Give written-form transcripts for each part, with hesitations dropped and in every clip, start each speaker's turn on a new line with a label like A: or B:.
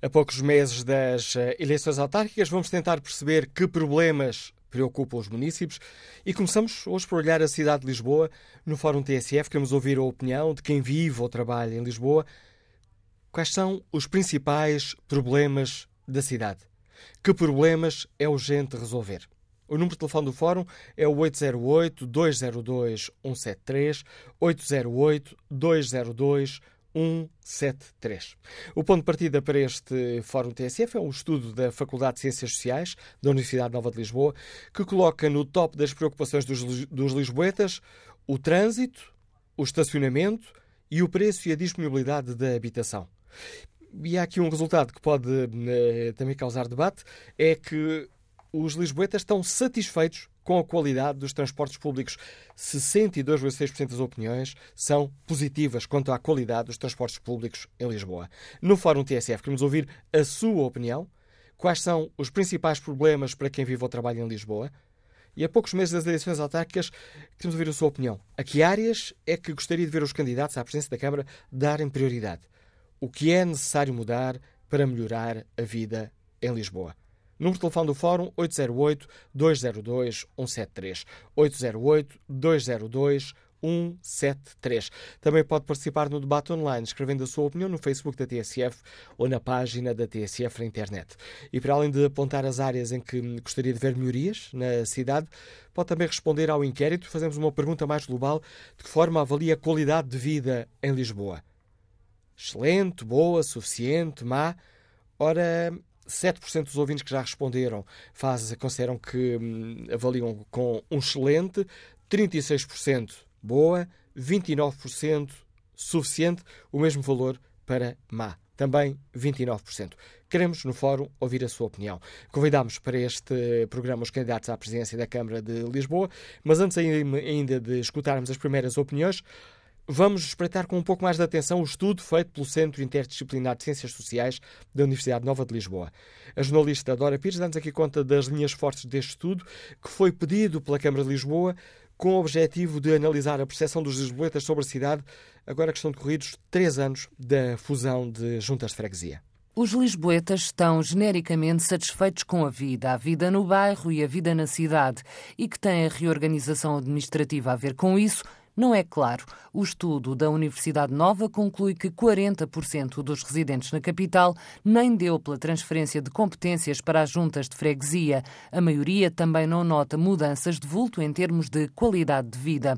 A: A poucos meses das eleições autárquicas, vamos tentar perceber que problemas preocupam os munícipes e começamos hoje por olhar a cidade de Lisboa. No Fórum TSF, queremos ouvir a opinião de quem vive ou trabalha em Lisboa. Quais são os principais problemas da cidade? Que problemas é urgente resolver? O número de telefone do Fórum é o 808-202-173, 808-202-173. O ponto de partida para este Fórum TSF é um estudo da Faculdade de Ciências Sociais da Universidade Nova de Lisboa, que coloca no top das preocupações dos lisboetas o trânsito, o estacionamento e o preço e a disponibilidade da habitação. E há aqui um resultado que pode também causar debate, é que os lisboetas estão satisfeitos com a qualidade dos transportes públicos. 62,6% das opiniões são positivas quanto à qualidade dos transportes públicos em Lisboa. No Fórum TSF queremos ouvir a sua opinião. Quais são os principais problemas para quem vive ou trabalha em Lisboa? E a poucos meses das eleições autárquicas, queremos ouvir a sua opinião. A que áreas é que gostaria de ver os candidatos à presidência da Câmara darem prioridade? O que é necessário mudar para melhorar a vida em Lisboa? Número de telefone do Fórum 808-202-173. 808-202-173. Também pode participar no debate online, escrevendo a sua opinião no Facebook da TSF ou na página da TSF na internet. E para além de apontar as áreas em que gostaria de ver melhorias na cidade, pode também responder ao inquérito. Fazemos uma pergunta mais global: de que forma avalia a qualidade de vida em Lisboa? Excelente, boa, suficiente, má? Ora, 7% dos ouvintes que já responderam consideram que avaliam com um excelente, 36% boa, 29% suficiente, o mesmo valor para má, também 29%. Queremos, no Fórum, ouvir a sua opinião. Convidamos para este programa os candidatos à presidência da Câmara de Lisboa, mas antes ainda de escutarmos as primeiras opiniões, vamos espreitar com um pouco mais de atenção o estudo feito pelo Centro Interdisciplinar de Ciências Sociais da Universidade Nova de Lisboa. A jornalista Dora Pires dá-nos aqui conta das linhas fortes deste estudo, que foi pedido pela Câmara de Lisboa com o objetivo de analisar a percepção dos lisboetas sobre a cidade, agora que estão decorridos 3 anos da fusão de juntas de freguesia.
B: Os lisboetas estão genericamente satisfeitos com a vida no bairro e a vida na cidade, e que tem a reorganização administrativa a ver com isso, não é claro. O estudo da Universidade Nova conclui que 40% dos residentes na capital nem deu pela transferência de competências para as juntas de freguesia. A maioria também não nota mudanças de vulto em termos de qualidade de vida.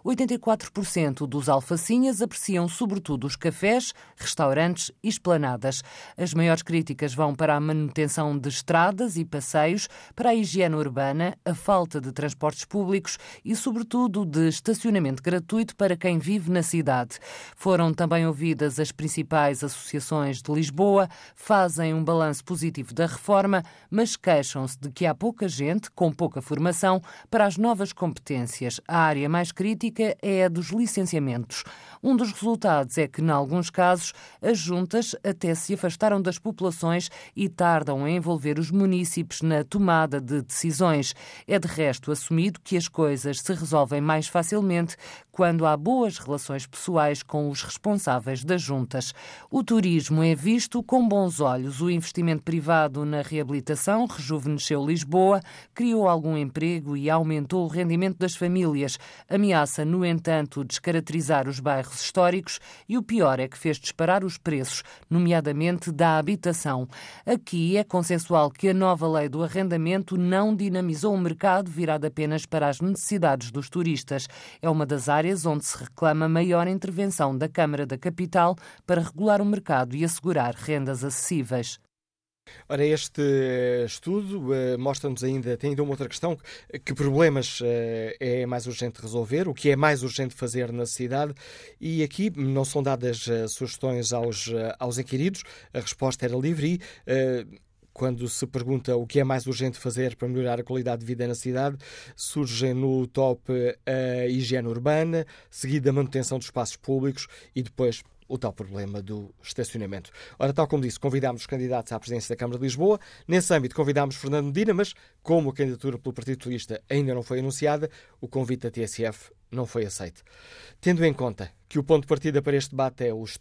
B: 84% dos alfacinhas apreciam sobretudo os cafés, restaurantes e esplanadas. As maiores críticas vão para a manutenção de estradas e passeios, para a higiene urbana, a falta de transportes públicos e, sobretudo, de estacionamento gratuito para quem vive na cidade. Foram também ouvidas as principais associações de Lisboa, fazem um balanço positivo da reforma, mas queixam-se de que há pouca gente, com pouca formação, para as novas competências. A área mais crítica é a dos licenciamentos. Um dos resultados é que, em alguns casos, as juntas até se afastaram das populações e tardam em envolver os munícipes na tomada de decisões. É de resto assumido que as coisas se resolvem mais facilmente quando há boas relações pessoais com os responsáveis das juntas. O turismo é visto com bons olhos. O investimento privado na reabilitação rejuvenesceu Lisboa, criou algum emprego e aumentou o rendimento das famílias. Ameaça, no entanto, descaracterizar os bairros históricos e o pior é que fez disparar os preços, nomeadamente da habitação. Aqui é consensual que a nova lei do arrendamento não dinamizou o mercado virado apenas para as necessidades dos turistas. É uma das áreas onde se reclama maior intervenção da Câmara da Capital para regular o mercado e assegurar rendas acessíveis.
A: Ora, este estudo mostra-nos tem ainda uma outra questão: que problemas é mais urgente resolver, o que é mais urgente fazer na cidade, e aqui não são dadas sugestões aos inquiridos, a resposta era livre e quando se pergunta o que é mais urgente fazer para melhorar a qualidade de vida na cidade, surge no top a higiene urbana, seguida a manutenção dos espaços públicos e depois o tal problema do estacionamento. Ora, tal como disse, convidámos os candidatos à presidência da Câmara de Lisboa. Nesse âmbito, convidámos Fernando Medina, mas como a candidatura pelo Partido Socialista ainda não foi anunciada, o convite da TSF não foi aceito. Tendo em conta que o ponto de partida para este debate é o estudo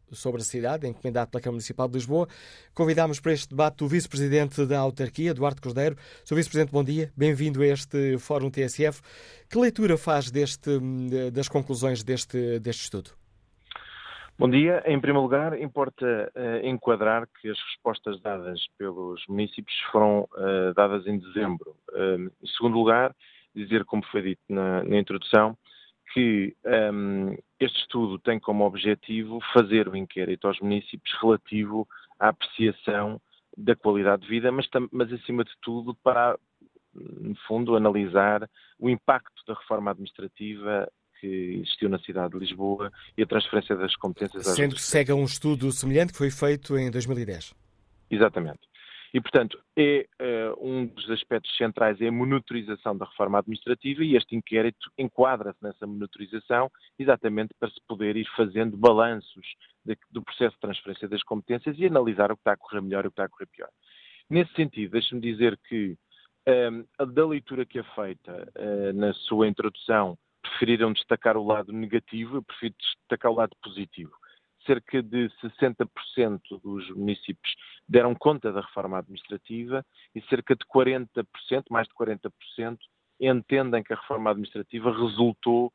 A: sobre a cidade, encomendado pela Câmara Municipal de Lisboa. Convidámos para este debate o Vice-Presidente da Autarquia, Eduardo Cordeiro. Sr. Vice-Presidente, bom dia. Bem-vindo a este Fórum TSF. Que leitura faz das conclusões deste estudo?
C: Bom dia. Em primeiro lugar, importa enquadrar que as respostas dadas pelos municípios foram dadas em dezembro. Em segundo lugar, dizer, como foi dito na introdução, que este estudo tem como objetivo fazer o inquérito aos municípios relativo à apreciação da qualidade de vida, mas acima de tudo para, no fundo, analisar o impacto da reforma administrativa que existiu na cidade de Lisboa e a transferência das competências às
A: Sendo que segue a um estudo semelhante que foi feito em 2010.
C: Exatamente. E, portanto, um dos aspectos centrais é a monitorização da reforma administrativa e este inquérito enquadra-se nessa monitorização exatamente para se poder ir fazendo balanços do processo de transferência das competências e analisar o que está a correr melhor e o que está a correr pior. Nesse sentido, deixe-me dizer que da leitura que é feita na sua introdução, preferiram destacar o lado negativo, eu prefiro destacar o lado positivo. Cerca de 60% dos municípios deram conta da reforma administrativa e cerca de 40%, mais de 40%, entendem que a reforma administrativa resultou,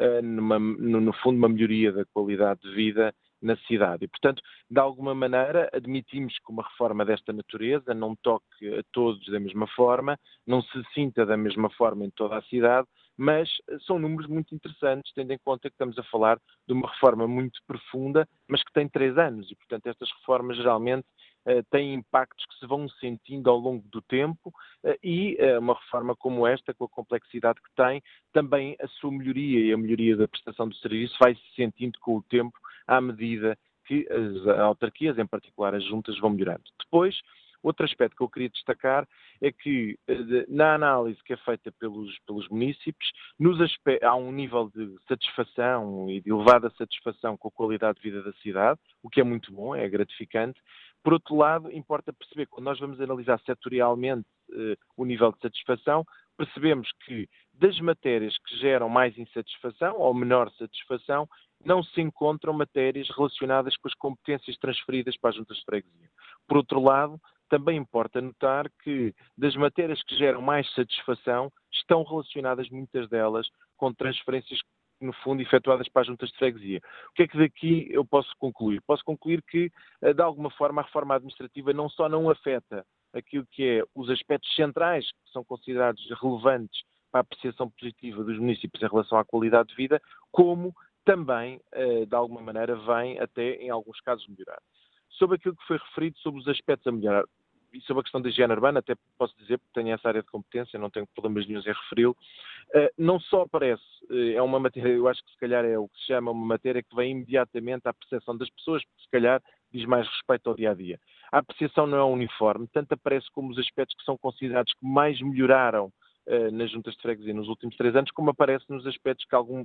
C: no fundo, uma melhoria da qualidade de vida na cidade. E, portanto, de alguma maneira, admitimos que uma reforma desta natureza não toque a todos da mesma forma, não se sinta da mesma forma em toda a cidade, mas são números muito interessantes, tendo em conta que estamos a falar de uma reforma muito profunda, mas que tem 3 anos, e, portanto, estas reformas geralmente têm impactos que se vão sentindo ao longo do tempo e uma reforma como esta, com a complexidade que tem, também a sua melhoria e a melhoria da prestação do serviço vai-se sentindo com o tempo à medida que as autarquias, em particular as juntas, vão melhorando. Depois, outro aspecto que eu queria destacar é que, na análise que é feita pelos municípios, há um nível de satisfação e de elevada satisfação com a qualidade de vida da cidade, o que é muito bom, é gratificante. Por outro lado, importa perceber, quando nós vamos analisar setorialmente o nível de satisfação, percebemos que das matérias que geram mais insatisfação ou menor satisfação, não se encontram matérias relacionadas com as competências transferidas para as juntas de freguesia. Por outro lado, também importa notar que das matérias que geram mais satisfação estão relacionadas, muitas delas, com transferências, no fundo, efetuadas para as juntas de freguesia. O que é que daqui eu posso concluir? Posso concluir que, de alguma forma, a reforma administrativa não só não afeta aquilo que é os aspectos centrais que são considerados relevantes para a apreciação positiva dos municípios em relação à qualidade de vida, como também, de alguma maneira, vem até, em alguns casos, melhorar. Sobre aquilo que foi referido sobre os aspectos a melhorar e sobre a questão da higiene urbana, até posso dizer, porque tenho essa área de competência, não tenho problemas nenhum em referi-lo, não só aparece, é uma matéria, eu acho que se calhar é o que se chama uma matéria que vem imediatamente à percepção das pessoas, porque se calhar diz mais respeito ao dia-a-dia. A apreciação não é uniforme, tanto aparece como os aspectos que são considerados que mais melhoraram nas juntas de freguesia nos últimos 3 anos, como aparece nos aspectos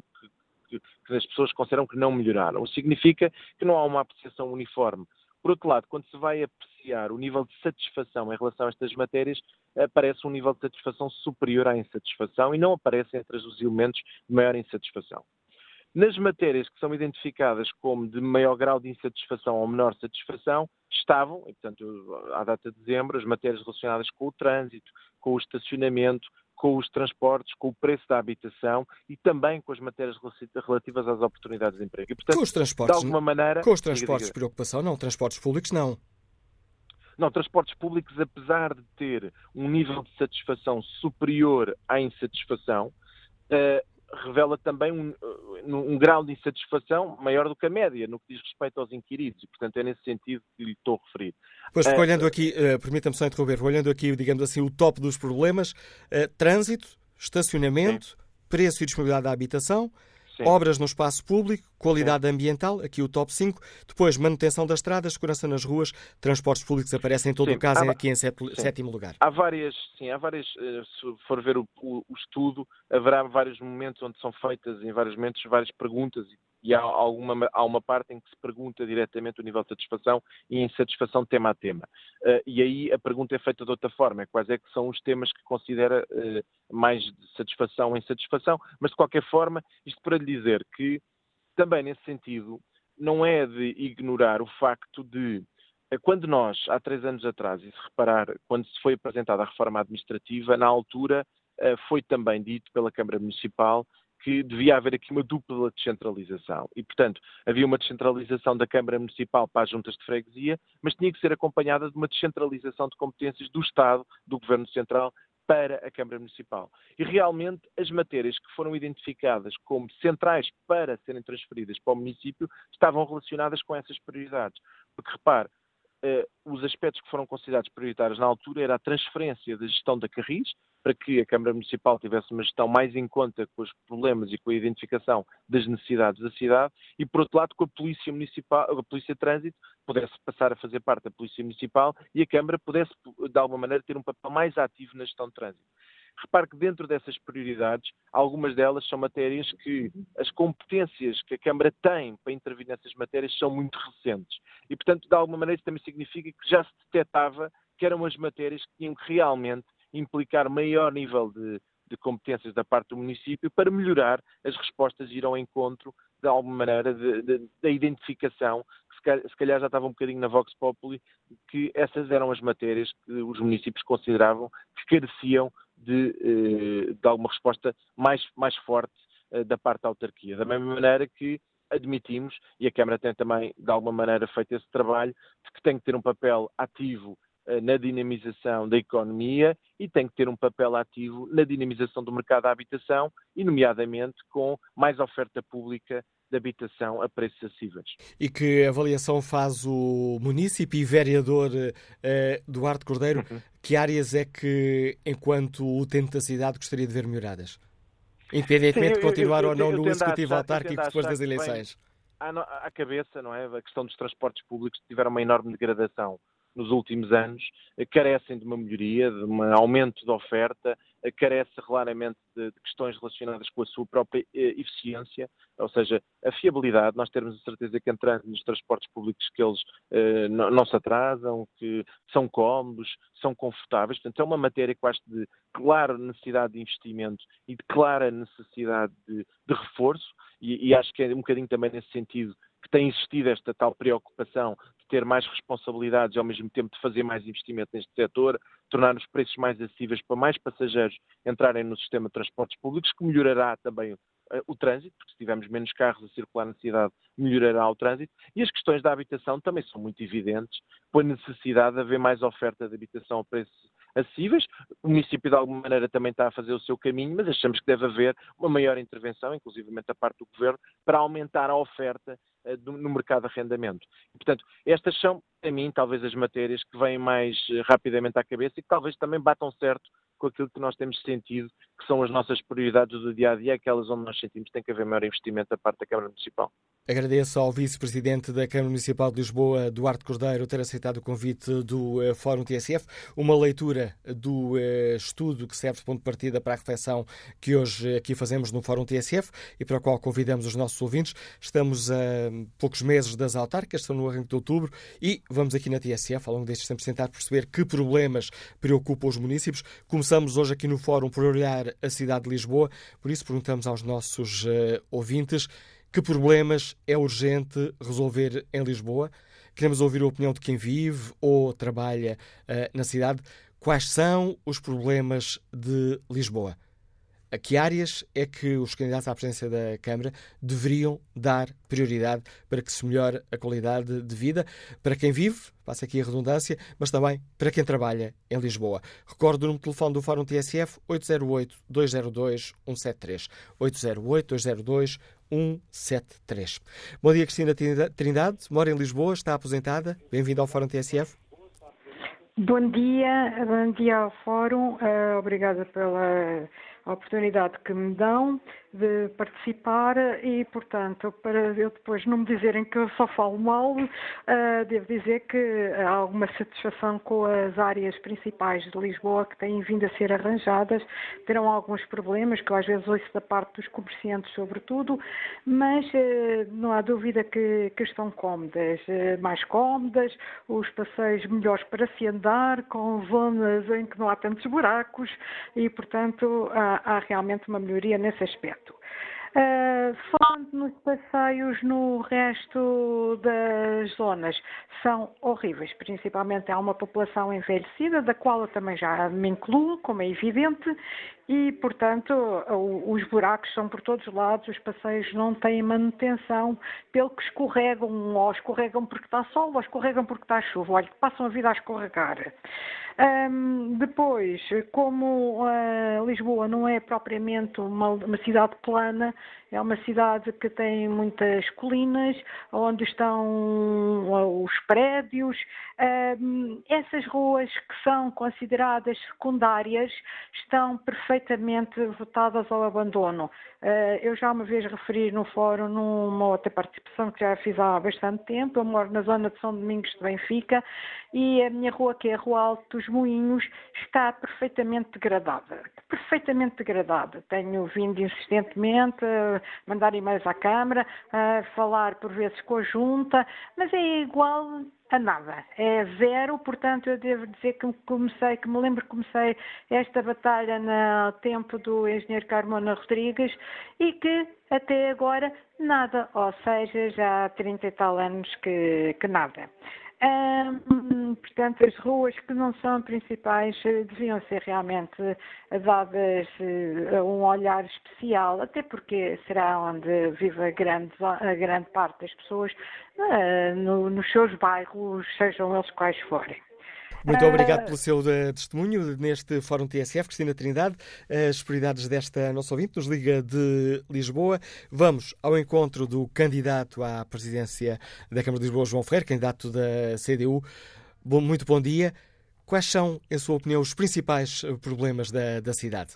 C: que as pessoas consideram que não melhoraram. O que significa que não há uma apreciação uniforme. Por outro lado, quando se vai apreciar o nível de satisfação em relação a estas matérias, aparece um nível de satisfação superior à insatisfação e não aparece entre os elementos de maior insatisfação. Nas matérias que são identificadas como de maior grau de insatisfação ou menor satisfação, estavam, e portanto, à data de dezembro, as matérias relacionadas com o trânsito, com o estacionamento, com os transportes, com o preço da habitação e também com as matérias relativas às oportunidades de emprego. E, portanto,
A: com os transportes,
C: de alguma maneira...
A: Com os transportes, preocupação não. Transportes públicos, não.
C: Não, transportes públicos, apesar de ter um nível de satisfação superior à insatisfação, revela também um grau de insatisfação maior do que a média, no que diz respeito aos inquiridos. E, portanto, é nesse sentido que lhe estou a referir.
A: Pois, porque olhando aqui, permita-me só interromper, olhando aqui, digamos assim, o top dos problemas, trânsito, estacionamento, sim, preço e disponibilidade da habitação, sim, obras no espaço público, qualidade, sim, ambiental, aqui o top 5, depois manutenção das estradas, segurança nas ruas, transportes públicos aparecem em todo, sim, o caso, aqui em sétimo lugar.
C: Há várias, se for ver o estudo, haverá vários momentos onde são feitas, em vários momentos, várias perguntas e há uma parte em que se pergunta diretamente o nível de satisfação e insatisfação tema a tema. E aí a pergunta é feita de outra forma, quais é que são os temas que considera mais de satisfação ou insatisfação, mas de qualquer forma, isto para lhe dizer que também nesse sentido, não é de ignorar o facto de, quando nós, há 3 anos atrás, e se reparar, quando se foi apresentada a reforma administrativa, na altura foi também dito pela Câmara Municipal que devia haver aqui uma dupla descentralização. E, portanto, havia uma descentralização da Câmara Municipal para as juntas de freguesia, mas tinha que ser acompanhada de uma descentralização de competências do Estado, do Governo Central, para a Câmara Municipal. E realmente as matérias que foram identificadas como centrais para serem transferidas para o município estavam relacionadas com essas prioridades. Porque, repare, os aspectos que foram considerados prioritários na altura era a transferência da gestão da Carris, para que a Câmara Municipal tivesse uma gestão mais em conta com os problemas e com a identificação das necessidades da cidade, e por outro lado com a Polícia Municipal, a Polícia de Trânsito pudesse passar a fazer parte da Polícia Municipal e a Câmara pudesse, de alguma maneira, ter um papel mais ativo na gestão de trânsito. Repare que dentro dessas prioridades, algumas delas são matérias que as competências que a Câmara tem para intervir nessas matérias são muito recentes. E, portanto, de alguma maneira, isso também significa que já se detectava que eram as matérias que tinham que realmente implicar maior nível de competências da parte do município para melhorar as respostas e ir ao encontro, de alguma maneira, da identificação, que se calhar já estava um bocadinho na Vox Populi, que essas eram as matérias que os municípios consideravam que careciam de alguma resposta mais forte da parte da autarquia. Da mesma maneira que admitimos, e a Câmara tem também, de alguma maneira, feito esse trabalho, de que tem que ter um papel ativo na dinamização da economia e tem que ter um papel ativo na dinamização do mercado da habitação e, nomeadamente, com mais oferta pública de habitação a preços acessíveis.
A: E que avaliação faz o munícipe e vereador Duarte Cordeiro? Que áreas é que, enquanto utente da cidade, gostaria de ver melhoradas? Independentemente de continuar ou não no executivo autárquico depois das eleições.
C: À cabeça, não é? A questão dos transportes públicos tiveram uma enorme degradação nos últimos anos, carecem de uma melhoria, de um aumento de oferta, carece claramente de questões relacionadas com a sua própria eficiência, ou seja, a fiabilidade, nós termos a certeza que entrando nos transportes públicos que eles não se atrasam, que são cómodos, são confortáveis. Portanto, é uma matéria que eu acho de clara necessidade de investimento e de clara necessidade de reforço, e acho que é um bocadinho também nesse sentido que tem existido esta tal preocupação de ter mais responsabilidades e ao mesmo tempo de fazer mais investimento neste setor, tornar os preços mais acessíveis para mais passageiros entrarem no sistema de transportes públicos, que melhorará também o trânsito, porque se tivermos menos carros a circular na cidade, melhorará o trânsito. E as questões da habitação também são muito evidentes, com a necessidade de haver mais oferta de habitação a preços acessíveis. O município, de alguma maneira, também está a fazer o seu caminho, mas achamos que deve haver uma maior intervenção, inclusivamente da parte do Governo, para aumentar a oferta no mercado de arrendamento. E, portanto, estas são, a mim, talvez as matérias que vêm mais rapidamente à cabeça e que talvez também batam certo com aquilo que nós temos sentido, que são as nossas prioridades do dia-a-dia, aquelas onde nós sentimos que tem que haver maior investimento da parte da Câmara Municipal.
A: Agradeço ao Vice-Presidente da Câmara Municipal de Lisboa, Duarte Cordeiro, ter aceitado o convite do Fórum TSF. Uma leitura do estudo que serve de ponto de partida para a reflexão que hoje aqui fazemos no Fórum TSF e para o qual convidamos os nossos ouvintes. Estamos a poucos meses das autárquicas, estão no arranque de outubro e vamos aqui na TSF, ao longo destes tempos, tentar perceber que problemas preocupam os municípios. Começamos hoje aqui no Fórum por olhar a cidade de Lisboa, por isso perguntamos aos nossos ouvintes que problemas é urgente resolver em Lisboa. Queremos ouvir a opinião de quem vive ou trabalha na cidade. Quais são os problemas de Lisboa? A que áreas é que os candidatos à presidência da Câmara deveriam dar prioridade para que se melhore a qualidade de vida para quem vive, passa aqui a redundância, mas também para quem trabalha em Lisboa? Recordo o número de telefone do Fórum TSF 808-202-173. 808-202-173. Bom dia, Cristina Trindade, mora em Lisboa, está aposentada. Bem-vinda ao Fórum TSF.
D: Bom dia ao Fórum. Obrigada pela oportunidade que me dão de participar e, portanto, para eu depois não me dizerem que eu só falo mal, devo dizer que há alguma satisfação com as áreas principais de Lisboa que têm vindo a ser arranjadas. Terão alguns problemas que eu às vezes ouço da parte dos comerciantes sobretudo, mas não há dúvida que estão cómodas, mais cómodas, os passeios melhores para se andar, com zonas em que não há tantos buracos e, portanto, há realmente uma melhoria nesse aspecto. Falando nos passeios no resto das zonas, são horríveis. Principalmente há uma população envelhecida, da qual eu também já me incluo, como é evidente, e, portanto, os buracos são por todos os lados, os passeios não têm manutenção, pelo que escorregam, ou escorregam porque está sol, ou escorregam porque está chuva. Olha, passam a vida a escorregar. Depois, como Lisboa não é propriamente uma cidade plana, é uma cidade que tem muitas colinas, onde estão os prédios. Essas ruas que são consideradas secundárias estão perfeitamente votadas ao abandono. Eu já uma vez referi no fórum, numa outra participação que já fiz há bastante tempo. Eu moro na zona de São Domingos de Benfica e a minha rua, que é a Rua Alto dos Moinhos, está perfeitamente degradada. Perfeitamente degradada. Tenho vindo insistentemente a mandar e-mails à Câmara, a falar por vezes com a Junta, mas é igual a nada, é zero. Portanto, eu devo dizer que me lembro que comecei esta batalha no tempo do engenheiro Carmona Rodrigues e que até agora nada, ou seja, já há 30 e tal anos que nada. Portanto, as ruas que não são principais deviam ser realmente dadas um olhar especial, até porque será onde vive a grande parte das pessoas, nos seus bairros, sejam eles quais forem.
A: Muito obrigado pelo seu testemunho neste Fórum TSF. Cristina Trindade, as prioridades desta nossa ouvinte nos liga de Lisboa. Vamos ao encontro do candidato à presidência da Câmara de Lisboa, João Ferreira, candidato da CDU. Muito bom dia. Quais são, em sua opinião, os principais problemas da cidade?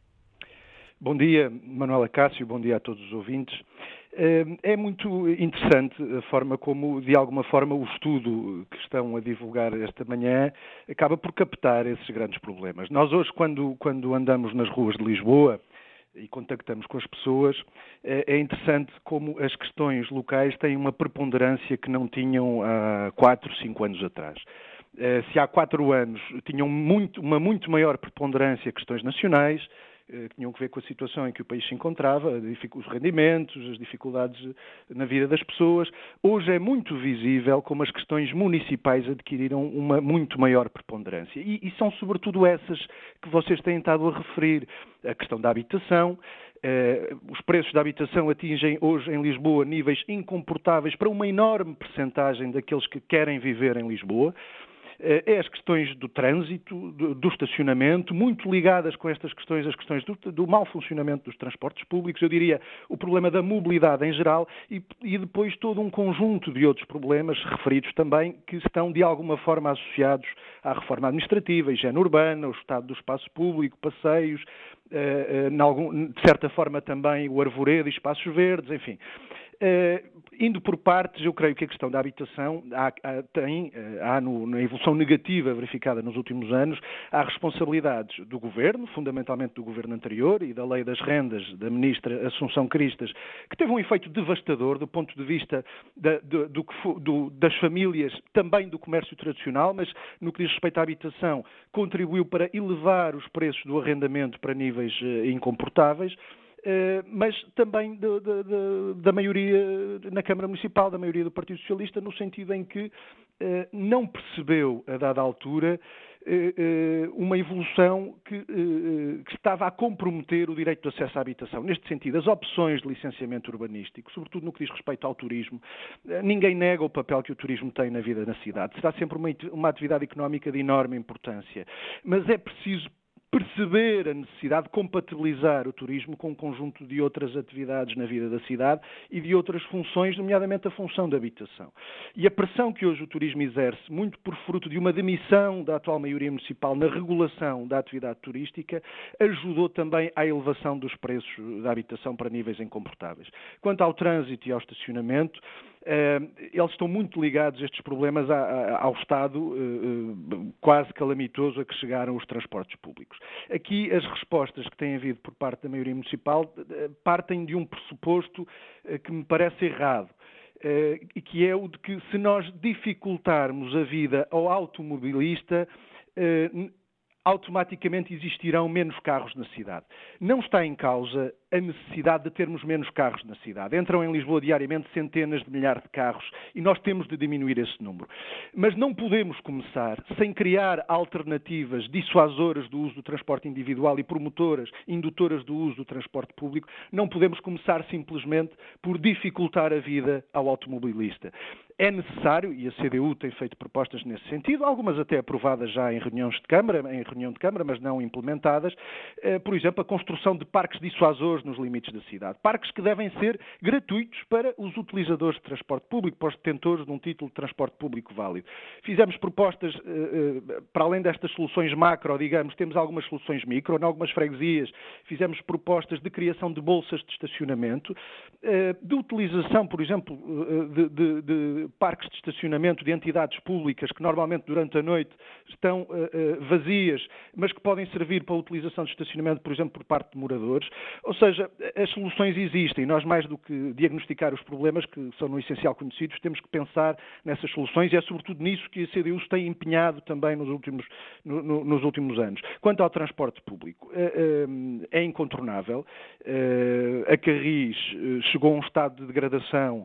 E: Bom dia, Manuela Cássio, bom dia a todos os ouvintes. É muito interessante a forma como, de alguma forma, o estudo que estão a divulgar esta manhã acaba por captar esses grandes problemas. Nós hoje, quando andamos nas ruas de Lisboa e contactamos com as pessoas, é interessante como as questões locais têm uma preponderância que não tinham há 4, 5 anos atrás. Se há 4 anos tinham uma muito maior preponderância questões nacionais, que tinham que ver com a situação em que o país se encontrava, os rendimentos, as dificuldades na vida das pessoas. Hoje é muito visível como as questões municipais adquiriram uma muito maior preponderância. E são sobretudo essas que vocês têm estado a referir. A questão da habitação. Os preços da habitação atingem hoje em Lisboa níveis incomportáveis para uma enorme percentagem daqueles que querem viver em Lisboa. É as questões do trânsito, do estacionamento, muito ligadas com estas questões, as questões do mau funcionamento dos transportes públicos, eu diria o problema da mobilidade em geral e depois todo um conjunto de outros problemas referidos também que estão de alguma forma associados à reforma administrativa, a higiene urbana, o estado do espaço público, passeios, de certa forma também o arvoredo e espaços verdes, enfim. Indo por partes, eu creio que a questão da habitação há na evolução negativa verificada nos últimos anos, há responsabilidades do Governo, fundamentalmente do Governo anterior e da Lei das Rendas da Ministra Assunção Cristas, que teve um efeito devastador do ponto de vista das famílias, também do comércio tradicional, mas no que diz respeito à habitação, contribuiu para elevar os preços do arrendamento para níveis incomportáveis. Mas também da maioria na Câmara Municipal, da maioria do Partido Socialista, no sentido em que não percebeu, a dada altura, uma evolução que estava a comprometer o direito de acesso à habitação. Neste sentido, as opções de licenciamento urbanístico, sobretudo no que diz respeito ao turismo, ninguém nega o papel que o turismo tem na vida na cidade. Será sempre uma atividade económica de enorme importância, mas é preciso perceber a necessidade de compatibilizar o turismo com um conjunto de outras atividades na vida da cidade e de outras funções, nomeadamente a função da habitação. E a pressão que hoje o turismo exerce, muito por fruto de uma demissão da atual maioria municipal na regulação da atividade turística, ajudou também à elevação dos preços da habitação para níveis incomportáveis. Quanto ao trânsito e ao estacionamento, eles estão muito ligados, estes problemas, ao estado quase calamitoso a que chegaram os transportes públicos. Aqui as respostas que têm havido por parte da maioria municipal partem de um pressuposto que me parece errado, e que é o de que se nós dificultarmos a vida ao automobilista, automaticamente existirão menos carros na cidade. Não está em causa a necessidade de termos menos carros na cidade. Entram em Lisboa diariamente centenas de milhares de carros e nós temos de diminuir esse número. Mas não podemos começar sem criar alternativas dissuasoras do uso do transporte individual e promotoras, indutoras do uso do transporte público. Não podemos começar simplesmente por dificultar a vida ao automobilista. É necessário, e a CDU tem feito propostas nesse sentido, algumas até aprovadas já em reunião de Câmara, mas não implementadas, por exemplo, a construção de parques dissuasores nos limites da cidade. Parques que devem ser gratuitos para os utilizadores de transporte público, para os detentores de um título de transporte público válido. Fizemos propostas, para além destas soluções macro, digamos, temos algumas soluções micro, em algumas freguesias, fizemos propostas de criação de bolsas de estacionamento, de utilização, por exemplo, de parques de estacionamento de entidades públicas que normalmente durante a noite estão vazias, mas que podem servir para a utilização de estacionamento, por exemplo, por parte de moradores. Ou seja, as soluções existem. Nós, mais do que diagnosticar os problemas, que são no essencial conhecidos, temos que pensar nessas soluções e é sobretudo nisso que a CDU se tem empenhado também nos últimos anos. Quanto ao transporte público, é incontornável. A Carris chegou a um estado de degradação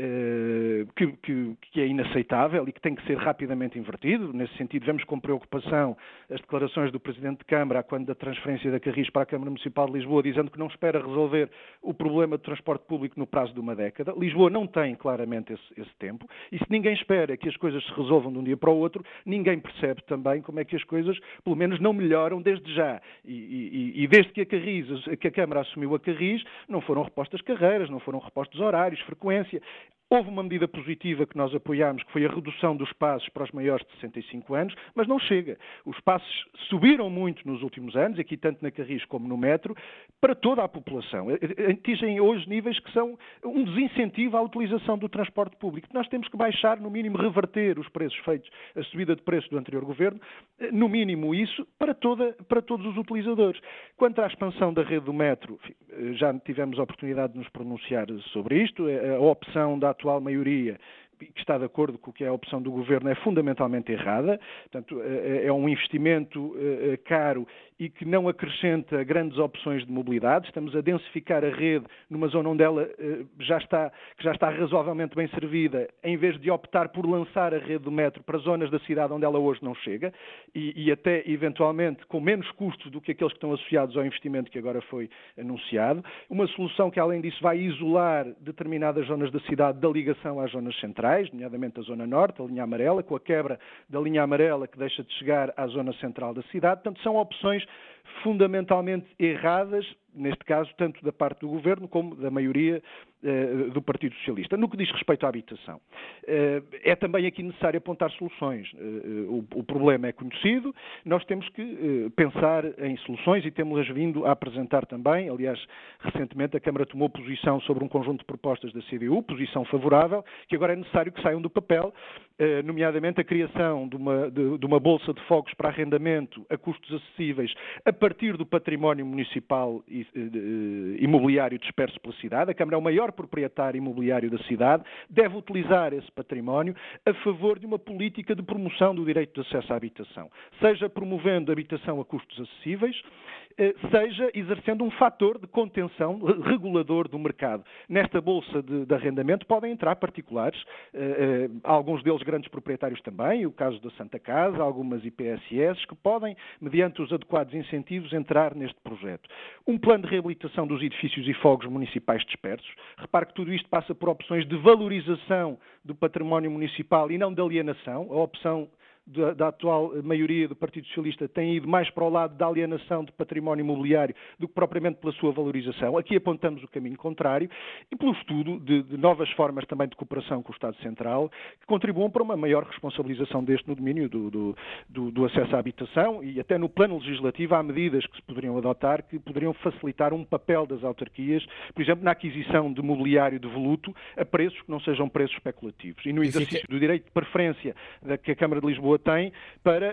E: que é inaceitável e que tem que ser rapidamente invertido. Nesse sentido, vemos com preocupação as declarações do Presidente de Câmara quando da transferência da Carris para a Câmara Municipal de Lisboa, dizendo que não espera resolver o problema do transporte público no prazo de uma década. Lisboa não tem claramente esse tempo e se ninguém espera que as coisas se resolvam de um dia para o outro, ninguém percebe também como é que as coisas, pelo menos, não melhoram desde já. E desde que a Câmara assumiu a Carris, não foram repostas carreiras, não foram repostos horários, frequência. Houve uma medida positiva que nós apoiámos, que foi a redução dos passos para os maiores de 65 anos, mas não chega. Os passos subiram muito nos últimos anos, aqui tanto na Carris como no metro, para toda a população. Atingem hoje níveis que são um desincentivo à utilização do transporte público. Nós temos que baixar, no mínimo, reverter os preços feitos, a subida de preços do anterior governo, no mínimo isso, para todos os utilizadores. Quanto à expansão da rede do metro, já tivemos a oportunidade de nos pronunciar sobre isto, a opção da atual maioria que está de acordo com o que é a opção do Governo é fundamentalmente errada. Portanto, é um investimento caro e que não acrescenta grandes opções de mobilidade. Estamos a densificar a rede numa zona onde ela já está razoavelmente bem servida, em vez de optar por lançar a rede do metro para zonas da cidade onde ela hoje não chega e até, eventualmente, com menos custos do que aqueles que estão associados ao investimento que agora foi anunciado. Uma solução que, além disso, vai isolar determinadas zonas da cidade da ligação às zonas centrais, nomeadamente a Zona Norte, a linha amarela, com a quebra da linha amarela que deixa de chegar à zona central da cidade. Portanto, são opções fundamentalmente erradas, neste caso, tanto da parte do Governo como da maioria do Partido Socialista. No que diz respeito à habitação, é também aqui necessário apontar soluções. O problema é conhecido, nós temos que pensar em soluções e temos-las vindo a apresentar também. Aliás, recentemente a Câmara tomou posição sobre um conjunto de propostas da CDU, posição favorável, que agora é necessário que saiam do papel, nomeadamente a criação de uma bolsa de fogos para arrendamento a custos acessíveis a partir do património municipal imobiliário disperso pela cidade. A Câmara é o maior proprietário imobiliário da cidade, deve utilizar esse património a favor de uma política de promoção do direito de acesso à habitação, seja promovendo habitação a custos acessíveis, seja exercendo um fator de contenção regulador do mercado. Nesta bolsa de arrendamento podem entrar particulares, alguns deles grandes proprietários também, o caso da Santa Casa, algumas IPSS, que podem, mediante os adequados incentivos, entrar neste projeto. Um plano de reabilitação dos edifícios e fogos municipais dispersos. Repare que tudo isto passa por opções de valorização do património municipal e não de alienação. A opção da atual maioria do Partido Socialista tem ido mais para o lado da alienação de património imobiliário do que propriamente pela sua valorização. Aqui apontamos o caminho contrário e pelo estudo de novas formas também de cooperação com o Estado Central que contribuam para uma maior responsabilização deste no domínio do acesso à habitação e até no plano legislativo há medidas que se poderiam adotar que poderiam facilitar um papel das autarquias, por exemplo, na aquisição de mobiliário devoluto a preços que não sejam preços especulativos e no exercício do direito de preferência que a Câmara de Lisboa tem para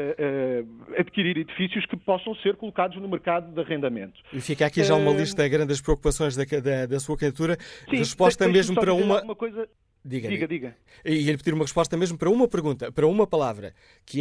E: adquirir edifícios que possam ser colocados no mercado de arrendamento.
A: E fica aqui já uma lista de grandes preocupações da sua candidatura.
E: Sim,
A: resposta mesmo para uma...
E: Diga.
A: E ia-lhe pedir uma resposta mesmo para uma pergunta, para uma palavra, que é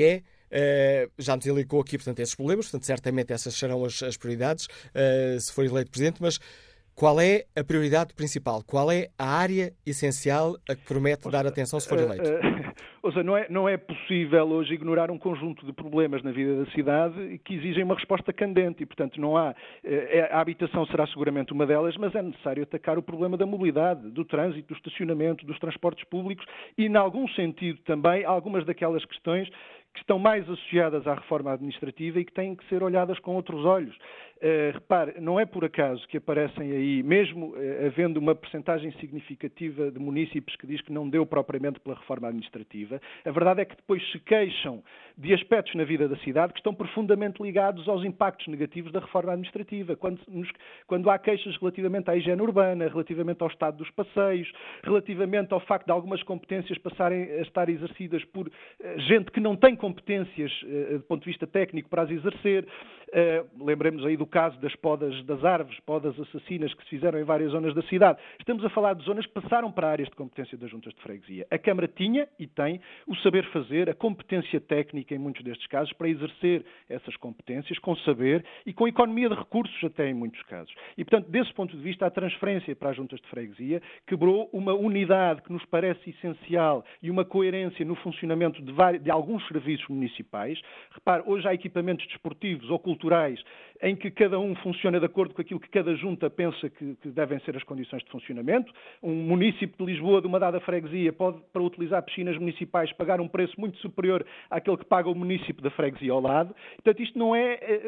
A: Já nos indicou aqui, portanto, esses problemas, portanto, certamente essas serão as prioridades, se for eleito Presidente, mas qual é a prioridade principal? Qual é a área essencial a que promete dar atenção se for eleito?
E: Ou seja, não é possível hoje ignorar um conjunto de problemas na vida da cidade que exigem uma resposta candente e, portanto, não há... A habitação será seguramente uma delas, mas é necessário atacar o problema da mobilidade, do trânsito, do estacionamento, dos transportes públicos e, em algum sentido, também algumas daquelas questões que estão mais associadas à reforma administrativa e que têm que ser olhadas com outros olhos. Repare, não é por acaso que aparecem aí, mesmo havendo uma percentagem significativa de munícipes que diz que não deu propriamente pela reforma administrativa, a verdade é que depois se queixam de aspectos na vida da cidade que estão profundamente ligados aos impactos negativos da reforma administrativa. Quando há queixas relativamente à higiene urbana, relativamente ao estado dos passeios, relativamente ao facto de algumas competências passarem a estar exercidas por gente que não tem competências do ponto de vista técnico para as exercer. Lembremos aí do caso das podas das árvores, podas assassinas que se fizeram em várias zonas da cidade. Estamos a falar de zonas que passaram para áreas de competência das juntas de freguesia. A Câmara tinha e tem o saber fazer, a competência técnica em muitos destes casos para exercer essas competências com saber e com economia de recursos até em muitos casos. E, portanto, desse ponto de vista, a transferência para as juntas de freguesia quebrou uma unidade que nos parece essencial e uma coerência no funcionamento de alguns serviços municipais. Repare, hoje há equipamentos desportivos ou culturais em que cada um funciona de acordo com aquilo que cada junta pensa que devem ser as condições de funcionamento. Um município de Lisboa, de uma dada freguesia, pode, para utilizar piscinas municipais, pagar um preço muito superior àquele que paga o município da freguesia ao lado. Portanto, isto não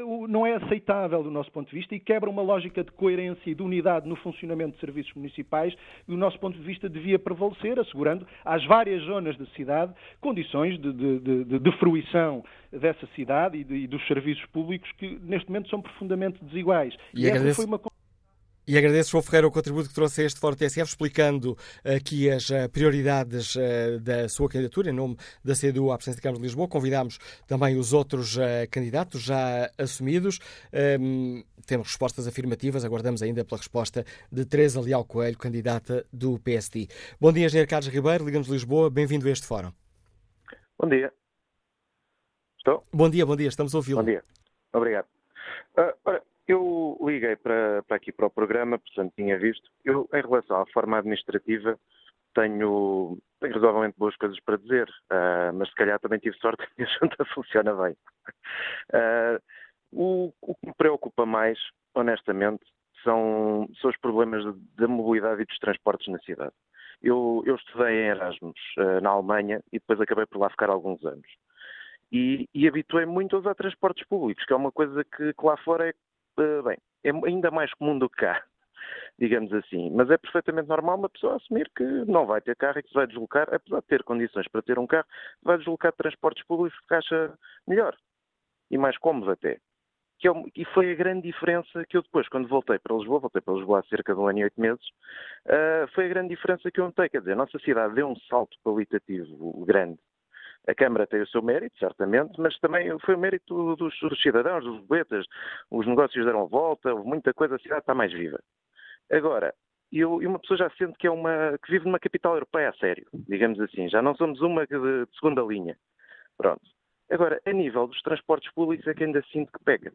E: é aceitável do nosso ponto de vista e quebra uma lógica de coerência e de unidade no funcionamento de serviços municipais e, do nosso ponto de vista, devia prevalecer, assegurando às várias zonas da cidade condições de fruição dessa cidade e dos serviços públicos que, neste momento, são profundamente desiguais.
A: E agradeço, João Ferreira, o contributo que trouxe a este Fórum TSF, explicando aqui as prioridades da sua candidatura, em nome da CDU à presidência da Câmara de Lisboa. Convidámos também os outros candidatos já assumidos. Temos respostas afirmativas, aguardamos ainda pela resposta de Teresa Leal Coelho, candidata do PSD. Bom dia, Engenheiro Carlos Ribeiro, Liga-nos de Lisboa, bem-vindo a este Fórum.
F: Bom dia. Estou?
A: Bom dia, estamos a ouvi-lo.
F: Bom dia, obrigado. Ora, eu liguei para aqui para o programa, portanto tinha visto. Eu, em relação à reforma administrativa, tenho razoavelmente boas coisas para dizer, mas se calhar também tive sorte que a minha junta funciona bem. O que me preocupa mais, honestamente, são os problemas da mobilidade e dos transportes na cidade. Eu estudei em Erasmus, na Alemanha, e depois acabei por lá ficar alguns anos. E habituei-me muito a usar transportes públicos, que é uma coisa que lá fora é ainda mais comum do que cá, digamos assim. Mas é perfeitamente normal uma pessoa assumir que não vai ter carro e que se vai deslocar, apesar de ter condições para ter um carro, vai deslocar de transportes públicos que acha melhor e mais cómodo até. E foi a grande diferença que eu depois, quando voltei para Lisboa há cerca de 1 ano e 8 meses, foi a grande diferença que eu notei. Quer dizer, a nossa cidade deu um salto qualitativo grande. A Câmara tem o seu mérito, certamente, mas também foi o mérito dos cidadãos, dos boletas. Os negócios deram volta, houve muita coisa, a cidade está mais viva. Agora, uma pessoa já sente que que vive numa capital europeia a sério, digamos assim. Já não somos uma de segunda linha. Pronto. Agora, a nível dos transportes públicos é que ainda sinto que pega.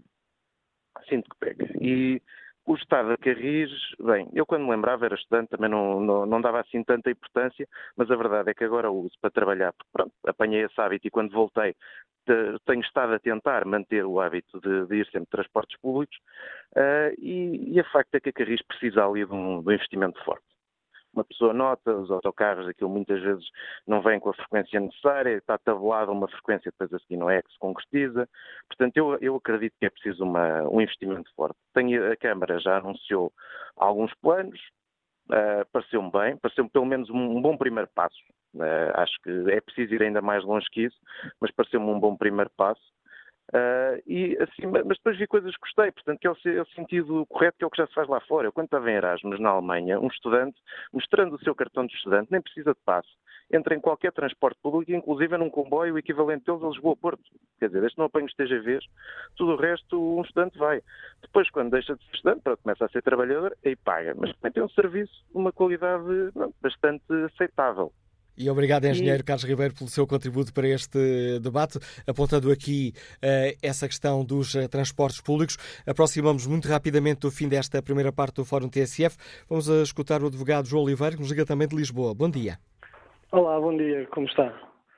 F: E o estado a Carris, bem, eu quando me lembrava era estudante, também não dava assim tanta importância, mas a verdade é que agora o uso para trabalhar, porque pronto, apanhei esse hábito e quando voltei tenho estado a tentar manter o hábito de ir sempre de transportes públicos e a facto é que a Carris precisa ali de um investimento forte. Uma pessoa nota, os autocarros, aquilo muitas vezes não vêm com a frequência necessária, está tabulada uma frequência, depois a seguir não é que se concretiza. Portanto, eu acredito que é preciso um investimento forte. A Câmara já anunciou alguns planos, pareceu-me bem, pareceu-me pelo menos um bom primeiro passo. Acho que é preciso ir ainda mais longe que isso, mas pareceu-me um bom primeiro passo. Mas depois vi coisas que gostei, portanto, que é o sentido correto, que é o que já se faz lá fora. Eu, quando estava em Erasmus, na Alemanha, um estudante, mostrando o seu cartão de estudante, nem precisa de passe, entra em qualquer transporte público, inclusive num comboio equivalente deles a Lisboa-Porto. Quer dizer, este não apanho os TGVs, tudo o resto um estudante vai. Depois, quando deixa de ser estudante, começa a ser trabalhador, aí paga. Mas também tem um serviço de uma qualidade bastante aceitável.
A: E obrigado, engenheiro Carlos Ribeiro, pelo seu contributo para este debate, apontando aqui essa questão dos transportes públicos. Aproximamos muito rapidamente do fim desta primeira parte do Fórum TSF. Vamos a escutar o advogado João Oliveira, que nos liga também de Lisboa. Bom dia.
G: Olá, bom dia, como está?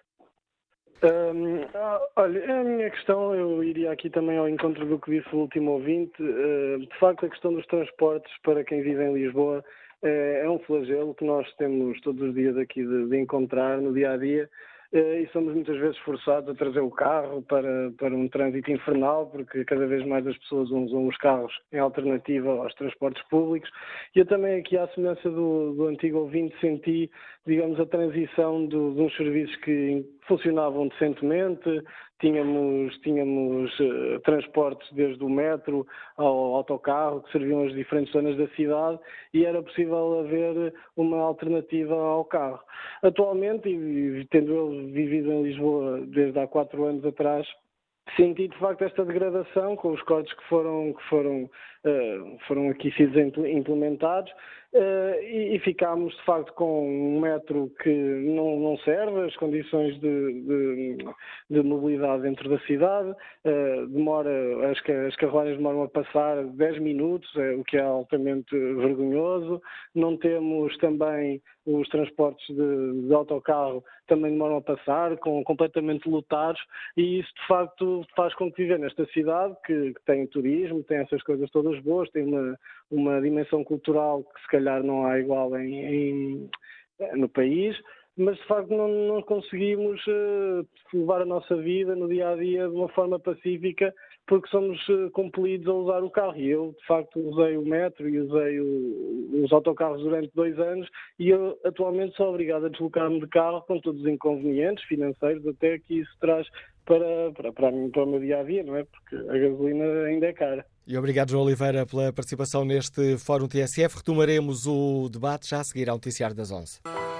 G: Olha, a minha questão, eu iria aqui também ao encontro do que disse o último ouvinte. De facto, a questão dos transportes para quem vive em Lisboa é um flagelo que nós temos todos os dias aqui de encontrar no dia-a-dia, e somos muitas vezes forçados a trazer o carro para um trânsito infernal, porque cada vez mais as pessoas usam os carros em alternativa aos transportes públicos. E eu também aqui, à semelhança do antigo ouvinte, senti, digamos, a transição de uns serviços que funcionavam decentemente. Tínhamos transportes desde o metro ao autocarro que serviam as diferentes zonas da cidade e era possível haver uma alternativa ao carro. Atualmente, e tendo eu vivido em Lisboa desde há 4 anos atrás, senti de facto esta degradação com os cortes que foram aqui sido implementados, e ficámos de facto com um metro que não serve as condições de mobilidade dentro da cidade. As carruagens demoram a passar 10 minutos, o que é altamente vergonhoso. Não temos também os transportes de autocarro, também demoram a passar, completamente lotados, e isso de facto faz com que viver nesta cidade, que tem turismo, tem essas coisas todas boas, tem uma dimensão cultural que se calhar não há igual no país, mas de facto não conseguimos levar a nossa vida no dia-a-dia de uma forma pacífica, porque somos compelidos a usar o carro. E eu, de facto, usei o metro e usei os autocarros durante 2 anos, e eu atualmente sou obrigado a deslocar-me de carro, com todos os inconvenientes financeiros até que isso traz para o meu dia-a-dia, não é? Porque a gasolina ainda é cara.
A: E obrigado, João Oliveira, pela participação neste Fórum TSF. Retomaremos o debate já a seguir ao Noticiário das 11.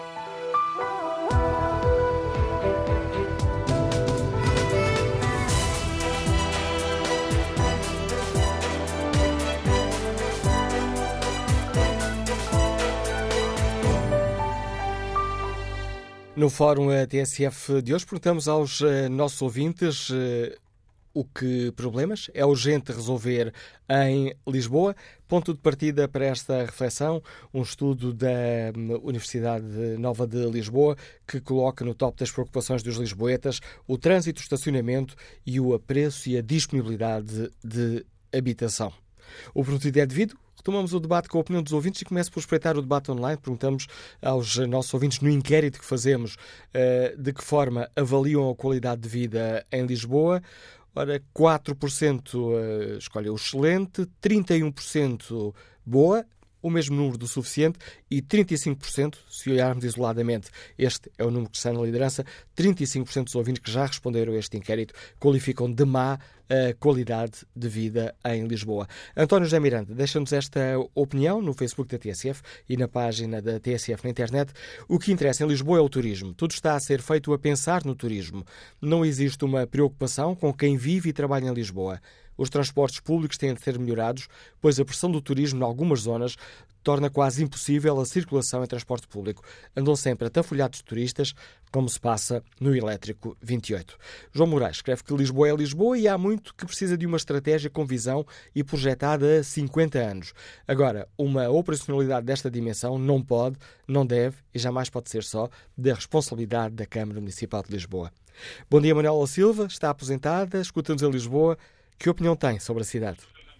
A: No Fórum TSF de hoje, perguntamos aos nossos ouvintes o que problemas é urgente resolver em Lisboa. Ponto de partida para esta reflexão, um estudo da Universidade Nova de Lisboa que coloca no top das preocupações dos lisboetas o trânsito, o estacionamento e o apreço e a disponibilidade de habitação. O produto é devido. Retomamos o debate com a opinião dos ouvintes e começo por espreitar o debate online. Perguntamos aos nossos ouvintes no inquérito que fazemos de que forma avaliam a qualidade de vida em Lisboa. Ora, 4% escolhe o excelente, 31% boa, o mesmo número do suficiente, e 35%, se olharmos isoladamente, este é o número que está na liderança, 35% dos ouvintes que já responderam a este inquérito qualificam de má a qualidade de vida em Lisboa. António José Miranda deixa-nos esta opinião no Facebook da TSF e na página da TSF na internet. O que interessa em Lisboa é o turismo. Tudo está a ser feito a pensar no turismo. Não existe uma preocupação com quem vive e trabalha em Lisboa. Os transportes públicos têm de ser melhorados, pois a pressão do turismo em algumas zonas torna quase impossível a circulação em transporte público. Andam sempre atafolhados de turistas, como se passa no Elétrico 28. João Moraes escreve que Lisboa é Lisboa e há muito que precisa de uma estratégia com visão e projetada há 50 anos. Agora, uma operacionalidade desta dimensão não pode, não deve e jamais pode ser só da responsabilidade da Câmara Municipal de Lisboa. Bom dia, Manuela Silva, está aposentada, escuta-nos em Lisboa. Que opinião tem sobre a cidade?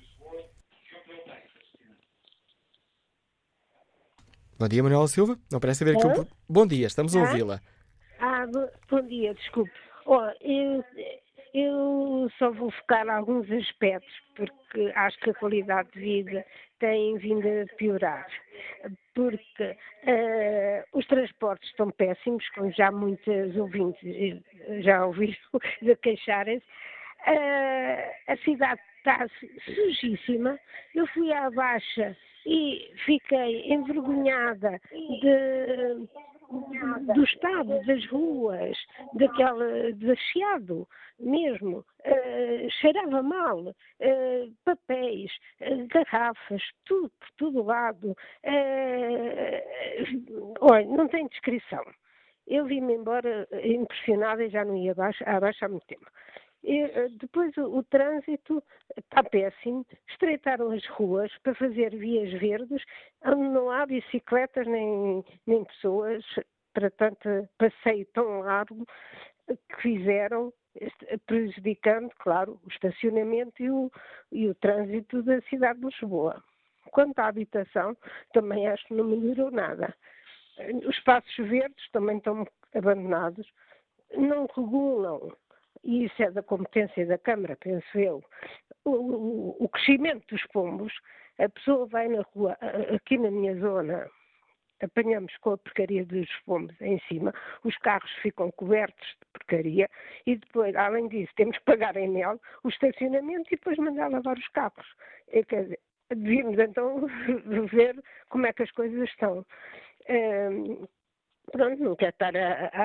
A: Bom dia, Manuela Silva. Não parece haver aqui Bom dia, estamos a ouvi-la.
H: Bom dia, desculpe. Eu só vou focar alguns aspectos, porque acho que a qualidade de vida tem vindo a piorar. Porque os transportes estão péssimos, como já muitos ouvintes já ouviram de queixarem-se. A cidade está sujíssima. Eu fui à Baixa e fiquei envergonhada do estado das ruas, de Chiado mesmo. Cheirava mal, papéis, garrafas, tudo por todo lado. Olha, não tem descrição. Eu vim-me embora impressionada e já não ia abaixo há muito tempo. Depois o trânsito está péssimo, estreitaram as ruas para fazer vias verdes, onde não há bicicletas nem pessoas para tanto passeio tão largo que fizeram, prejudicando, claro, o estacionamento e o trânsito da cidade de Lisboa. Quanto à habitação, também acho que não melhorou nada. Os espaços verdes também estão abandonados, não regulam, e isso é da competência da Câmara, penso eu, o crescimento dos pombos. A pessoa vai na rua, aqui na minha zona, apanhamos com a porcaria dos pombos em cima, os carros ficam cobertos de porcaria e depois, além disso, temos que pagar em mel o estacionamento e depois mandar lavar os carros. Quer dizer, devíamos então ver como é que as coisas estão. Pronto, não quero estar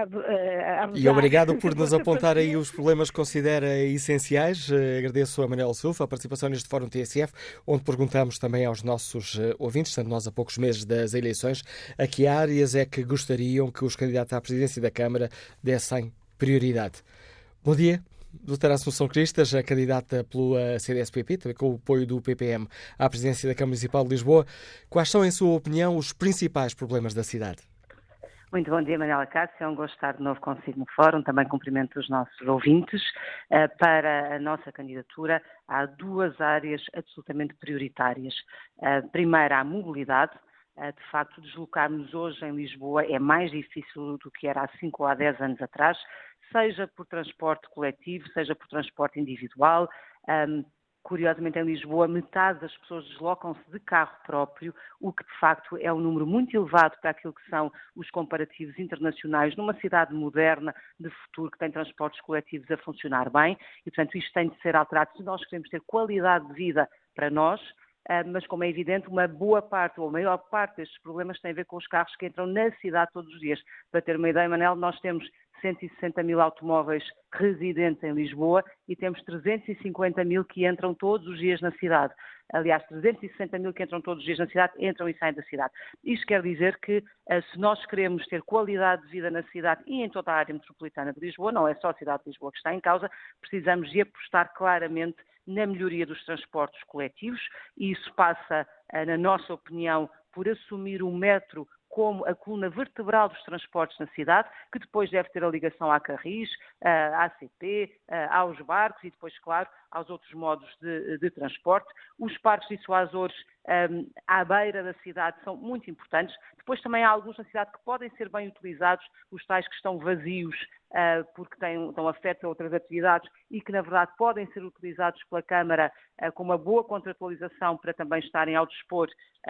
H: a
A: E obrigado por nos apontar aí os problemas que considera essenciais. Agradeço a Manuela Silva a participação neste Fórum TSF, onde perguntamos também aos nossos ouvintes, tanto nós a poucos meses das eleições, a que áreas é que gostariam que os candidatos à presidência da Câmara dessem prioridade. Bom dia. Doutora Assunção Cristas, a candidata pela CDS-PP, também com o apoio do PPM à presidência da Câmara Municipal de Lisboa. Quais são, em sua opinião, os principais problemas da cidade?
I: Muito bom dia, Manuela Cássio. É um gosto estar de novo consigo no Fórum. Também cumprimento os nossos ouvintes. Para a nossa candidatura, há duas áreas absolutamente prioritárias. Primeiro, a mobilidade. De facto, deslocarmos hoje em Lisboa é mais difícil do que era há 5 ou há 10 anos atrás, seja por transporte coletivo, seja por transporte individual. Curiosamente, em Lisboa, metade das pessoas deslocam-se de carro próprio, o que, de facto, é um número muito elevado para aquilo que são os comparativos internacionais numa cidade moderna, de futuro, que tem transportes coletivos a funcionar bem. E, portanto, isto tem de ser alterado se nós queremos ter qualidade de vida para nós. Mas, como é evidente, uma boa parte, ou a maior parte destes problemas tem a ver com os carros que entram na cidade todos os dias. Para ter uma ideia, Manel, nós temos 160 mil automóveis residentes em Lisboa e temos 350 mil que entram todos os dias na cidade. Aliás, 360 mil que entram todos os dias na cidade, entram e saem da cidade. Isto quer dizer que, se nós queremos ter qualidade de vida na cidade e em toda a área metropolitana de Lisboa, não é só a cidade de Lisboa que está em causa, precisamos de apostar claramente na melhoria dos transportes coletivos, e isso passa, na nossa opinião, por assumir o metro como a coluna vertebral dos transportes na cidade, que depois deve ter a ligação à Carris, à ACP, aos barcos e depois, claro, aos outros modos de transporte. Os parques dissuasores à beira da cidade são muito importantes. Depois também há alguns na cidade que podem ser bem utilizados, os tais que estão vazios porque estão afetos a outras atividades e que, na verdade, podem ser utilizados pela Câmara com uma boa contratualização para também estarem ao dispor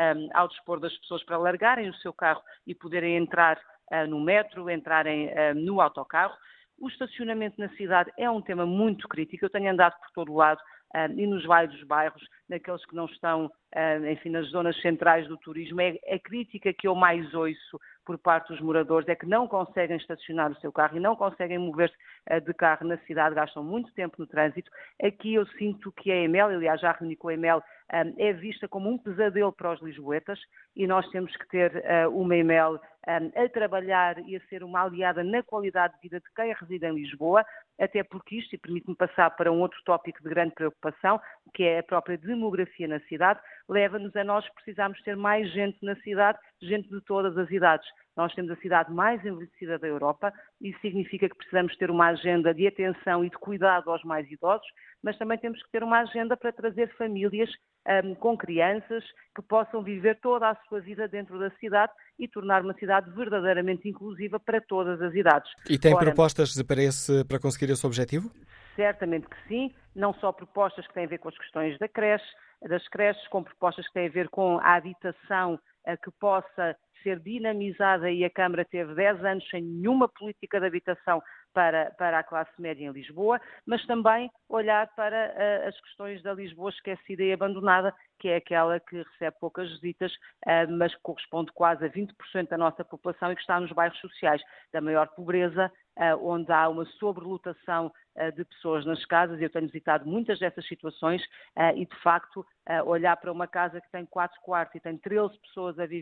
I: das pessoas para largarem o seu carro e poderem entrar no metro, entrarem no autocarro. O estacionamento na cidade é um tema muito crítico. Eu tenho andado por todo o lado e nos vários bairros, naqueles que não estão, enfim, nas zonas centrais do turismo. A crítica que eu mais ouço por parte dos moradores é que não conseguem estacionar o seu carro e não conseguem mover-se de carro na cidade, gastam muito tempo no trânsito. Aqui eu sinto que a EML, aliás já reuni com a EML, é vista como um pesadelo para os lisboetas e nós temos que ter uma EML a trabalhar e a ser uma aliada na qualidade de vida de quem reside em Lisboa, até porque isto, e permite-me passar para um outro tópico de grande preocupação, que é a própria demografia na cidade, leva-nos a nós precisarmos ter mais gente na cidade, gente de todas as idades. Nós temos a cidade mais envelhecida da Europa e isso significa que precisamos ter uma agenda de atenção e de cuidado aos mais idosos, mas também temos que ter uma agenda para trazer famílias com crianças que possam viver toda a sua vida dentro da cidade e tornar uma cidade verdadeiramente inclusiva para todas as idades.
A: E tem propostas para conseguir esse objetivo?
I: Certamente que sim, não só propostas que têm a ver com as questões das creches, como propostas que têm a ver com a habitação que possa ser dinamizada, e a Câmara teve 10 anos sem nenhuma política de habitação para a classe média em Lisboa, mas também olhar para as questões da Lisboa esquecida e abandonada, que é aquela que recebe poucas visitas, mas que corresponde quase a 20% da nossa população e que está nos bairros sociais da maior pobreza, onde há uma sobrelotação de pessoas nas casas. Eu tenho visitado muitas dessas situações e, de facto, olhar para uma casa que tem 4 quartos e tem 13 pessoas a viver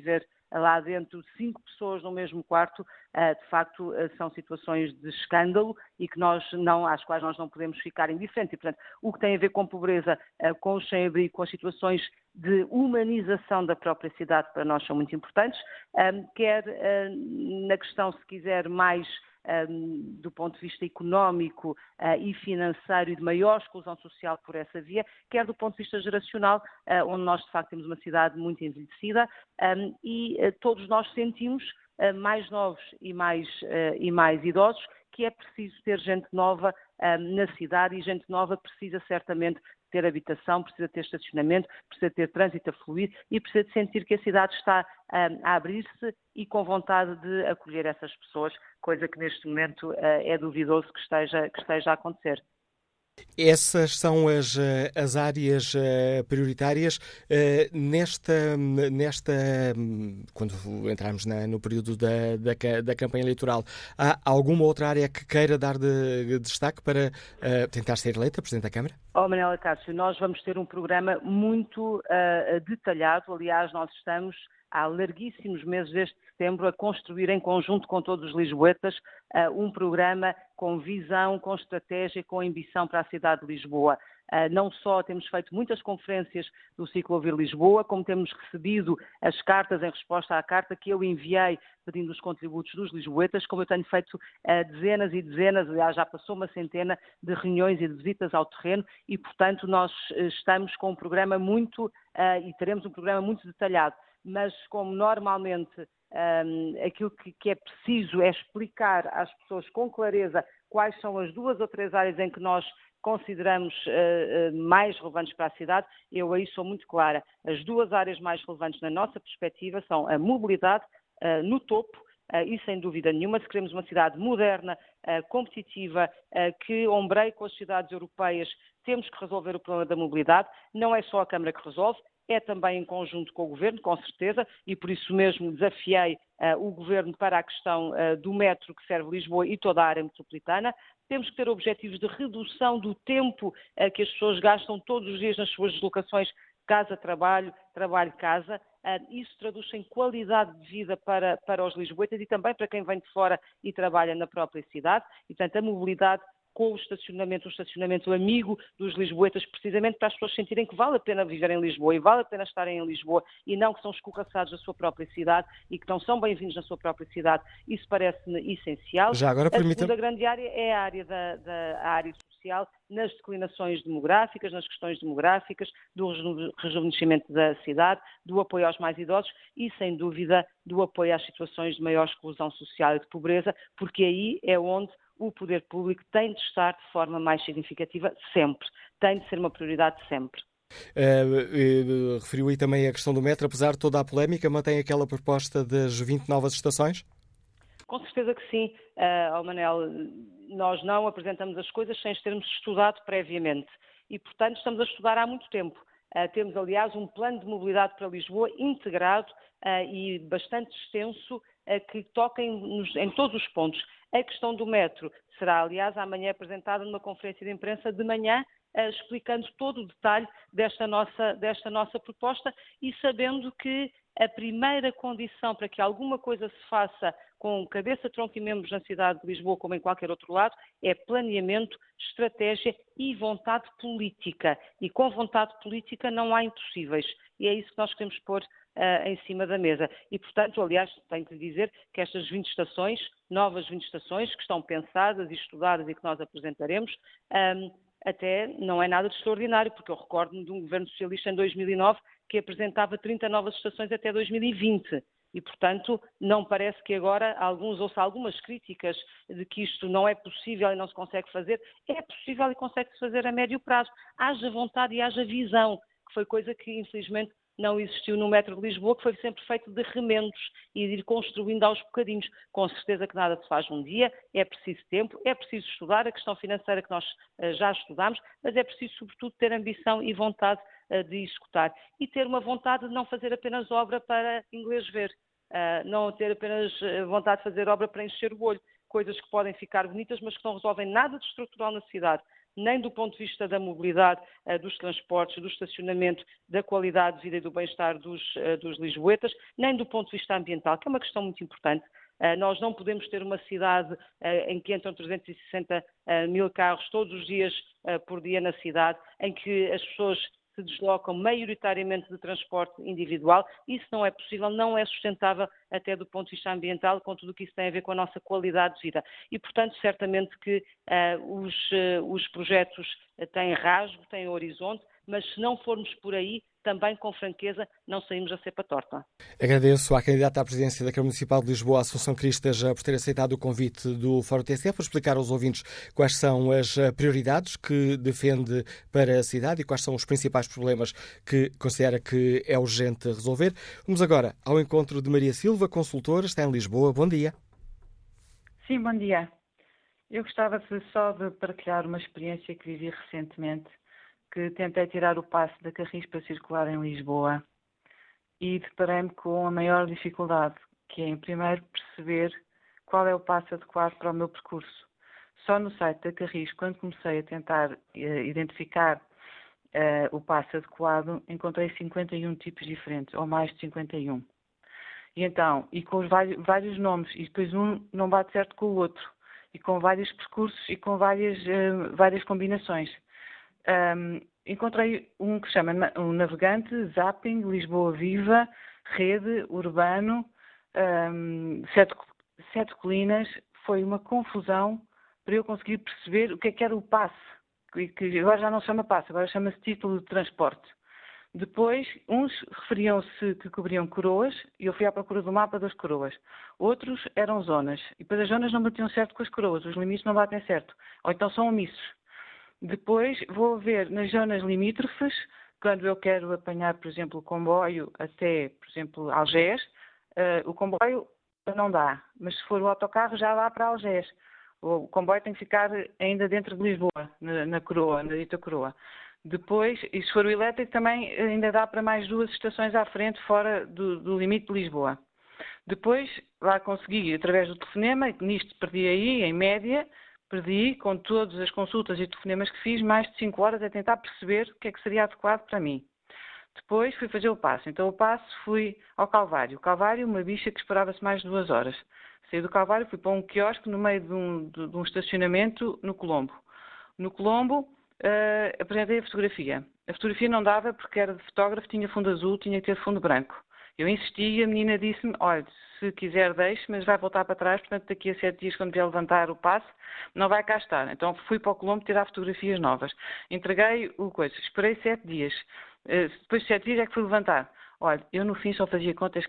I: lá dentro 5 pessoas no mesmo quarto, de facto são situações de escândalo e que às quais nós não podemos ficar indiferentes. E, portanto, o que tem a ver com pobreza, com o sem-abrigo, com as situações de humanização da própria cidade, para nós são muito importantes, quer na questão, se quiser, mais do ponto de vista económico e financeiro e de maior exclusão social por essa via, quer do ponto de vista geracional, onde nós de facto temos uma cidade muito envelhecida e todos nós sentimos, mais novos e mais idosos, que é preciso ter gente nova na cidade, e gente nova precisa certamente ter habitação, precisa ter estacionamento, precisa ter trânsito a fluir e precisa de sentir que a cidade está a abrir-se e com vontade de acolher essas pessoas, coisa que neste momento é duvidoso que esteja a acontecer.
A: Essas são as áreas prioritárias quando entrarmos no período da campanha eleitoral. Há alguma outra área que queira dar de destaque para tentar ser eleita Presidente da Câmara?
I: Manela Cássio, nós vamos ter um programa muito detalhado. Aliás, nós estamos há larguíssimos meses desde setembro a construir em conjunto com todos os lisboetas um programa com visão, com estratégia, com ambição para a cidade de Lisboa. Não só temos feito muitas conferências do ciclo Ouvir Lisboa, como temos recebido as cartas em resposta à carta que eu enviei pedindo os contributos dos lisboetas, como eu tenho feito dezenas e dezenas, aliás já passou uma centena de reuniões e de visitas ao terreno e, portanto, nós estamos com um programa e teremos um programa muito detalhado. Mas como normalmente aquilo que é preciso é explicar às pessoas com clareza quais são as 2 ou 3 áreas em que nós consideramos mais relevantes para a cidade, eu aí sou muito clara. As 2 áreas mais relevantes na nossa perspectiva são a mobilidade no topo, e sem dúvida nenhuma, se queremos uma cidade moderna, competitiva, que ombreie com as cidades europeias, temos que resolver o problema da mobilidade. Não é só a Câmara que resolve, é também em conjunto com o Governo, com certeza, e por isso mesmo desafiei o Governo para a questão do metro que serve Lisboa e toda a área metropolitana. Temos que ter objetivos de redução do tempo que as pessoas gastam todos os dias nas suas deslocações casa-trabalho, trabalho-casa. Isso traduz-se em qualidade de vida para os lisboetas e também para quem vem de fora e trabalha na própria cidade. E, portanto, a mobilidade com o estacionamento amigo dos lisboetas, precisamente para as pessoas sentirem que vale a pena viver em Lisboa e vale a pena estarem em Lisboa e não que são escorraçados da sua própria cidade e que não são bem-vindos na sua própria cidade. Isso parece-me essencial.
A: Já agora,
I: a segunda grande área é a área a área social, nas declinações demográficas, nas questões demográficas, do rejuvenescimento da cidade, do apoio aos mais idosos e, sem dúvida, do apoio às situações de maior exclusão social e de pobreza, porque aí é onde o poder público tem de estar de forma mais significativa sempre. Tem de ser uma prioridade sempre.
A: Referiu aí também a questão do metro. Apesar de toda a polémica, mantém aquela proposta das 20 novas estações?
I: Com certeza que sim, Manel. Nós não apresentamos as coisas sem as termos estudado previamente. E, portanto, estamos a estudar há muito tempo. Temos, aliás, um plano de mobilidade para Lisboa integrado e bastante extenso que toca em todos os pontos. A questão do metro será, aliás, amanhã apresentada numa conferência de imprensa de manhã, explicando todo o detalhe desta nossa proposta e sabendo que a primeira condição para que alguma coisa se faça com cabeça, tronco e membros na cidade de Lisboa, como em qualquer outro lado, é planeamento, estratégia e vontade política. E com vontade política não há impossíveis. E é isso que nós queremos pôr em cima da mesa. E, portanto, aliás, tenho que lhe dizer que estas 20 estações, novas 20 estações, que estão pensadas e estudadas e que nós apresentaremos, até não é nada de extraordinário, porque eu recordo-me de um governo socialista em 2009 que apresentava 30 novas estações até 2020. E, portanto, não parece que agora ouça algumas críticas de que isto não é possível e não se consegue fazer. É possível e consegue-se fazer a médio prazo. Haja vontade e haja visão, que foi coisa que, infelizmente, não existiu no metro de Lisboa, que foi sempre feito de remendos e de ir construindo aos bocadinhos. Com certeza que nada se faz um dia, é preciso tempo, é preciso estudar a questão financeira que nós já estudámos, mas é preciso, sobretudo, ter ambição e vontade de executar. E ter uma vontade de não fazer apenas obra para inglês ver, não ter apenas vontade de fazer obra para encher o olho, coisas que podem ficar bonitas, mas que não resolvem nada de estrutural na cidade.
J: nem do ponto de vista da mobilidade, dos transportes, do estacionamento, da qualidade de vida e do bem-estar dos lisboetas, nem do ponto de vista ambiental, que é uma questão muito importante. Nós não podemos ter uma cidade em que entram 360 mil carros todos os dias por dia na cidade, em que as pessoas se deslocam maioritariamente de transporte individual. Isso não é possível, não é sustentável até do ponto de vista ambiental, com tudo o que isso tem a ver com a nossa qualidade de vida. E, portanto, certamente que os projetos têm rasgo, têm horizonte, mas se não formos por aí, também com franqueza, não saímos a cepa torta.
A: Agradeço à candidata à presidência da Câmara Municipal de Lisboa, Assunção Cristas, por ter aceitado o convite do Fórum TSF, para explicar aos ouvintes quais são as prioridades que defende para a cidade e quais são os principais problemas que considera que é urgente resolver. Vamos agora ao encontro de Maria Silva, consultora, está em Lisboa. Bom dia.
K: Sim, bom dia. Eu gostava só de partilhar uma experiência que vivi recentemente, que tentei tirar o passe da Carris para circular em Lisboa e deparei-me com a maior dificuldade, que é, em primeiro, perceber qual é o passe adequado para o meu percurso. Só no site da Carris, quando comecei a tentar identificar o passe adequado, encontrei 51 tipos diferentes, ou mais de 51. E então, e com os vários nomes, e depois um não bate certo com o outro, e com vários percursos e com várias combinações. Encontrei um que se chama um Navegante, Zapping, Lisboa Viva, Rede, Urbano, Sete Colinas. Foi uma confusão para eu conseguir perceber o que era o passe, que agora já não se chama passe, agora chama-se título de transporte. Depois, uns referiam-se que cobriam coroas, e eu fui à procura do mapa das coroas. Outros eram zonas, e depois as zonas não batiam certo com as coroas, os limites não batem certo, ou então são omissos. Depois vou ver nas zonas limítrofes, quando eu quero apanhar, por exemplo, o comboio até, por exemplo, Algés, o comboio não dá, mas se for o autocarro já dá para Algés. O comboio tem que ficar ainda dentro de Lisboa, na Coroa, na dita Coroa. Depois, e se for o elétrico, também ainda dá para mais 2 estações à frente, fora do limite de Lisboa. Depois, lá consegui, através do telefonema, e nisto perdi aí, em média, perdi, com todas as consultas e telefonemas que fiz, mais de 5 horas a tentar perceber o que é que seria adequado para mim. Depois fui fazer o passo. Então o passo fui ao Calvário. O Calvário, uma bicha que esperava-se mais de 2 horas. Saí do Calvário, fui para um quiosque no meio de um estacionamento no Colombo. No Colombo apresentei a fotografia. A fotografia não dava porque era de fotógrafo, tinha fundo azul, tinha que ter fundo branco. Eu insisti e a menina disse-me, olha, se quiser deixe, mas vai voltar para trás, portanto daqui a 7 dias, quando vier levantar o passe, não vai cá estar. Então fui para o Colombo tirar fotografias novas. Entreguei o coisa, esperei 7 dias. Depois de 7 dias é que fui levantar. Olha, eu no fim só fazia contas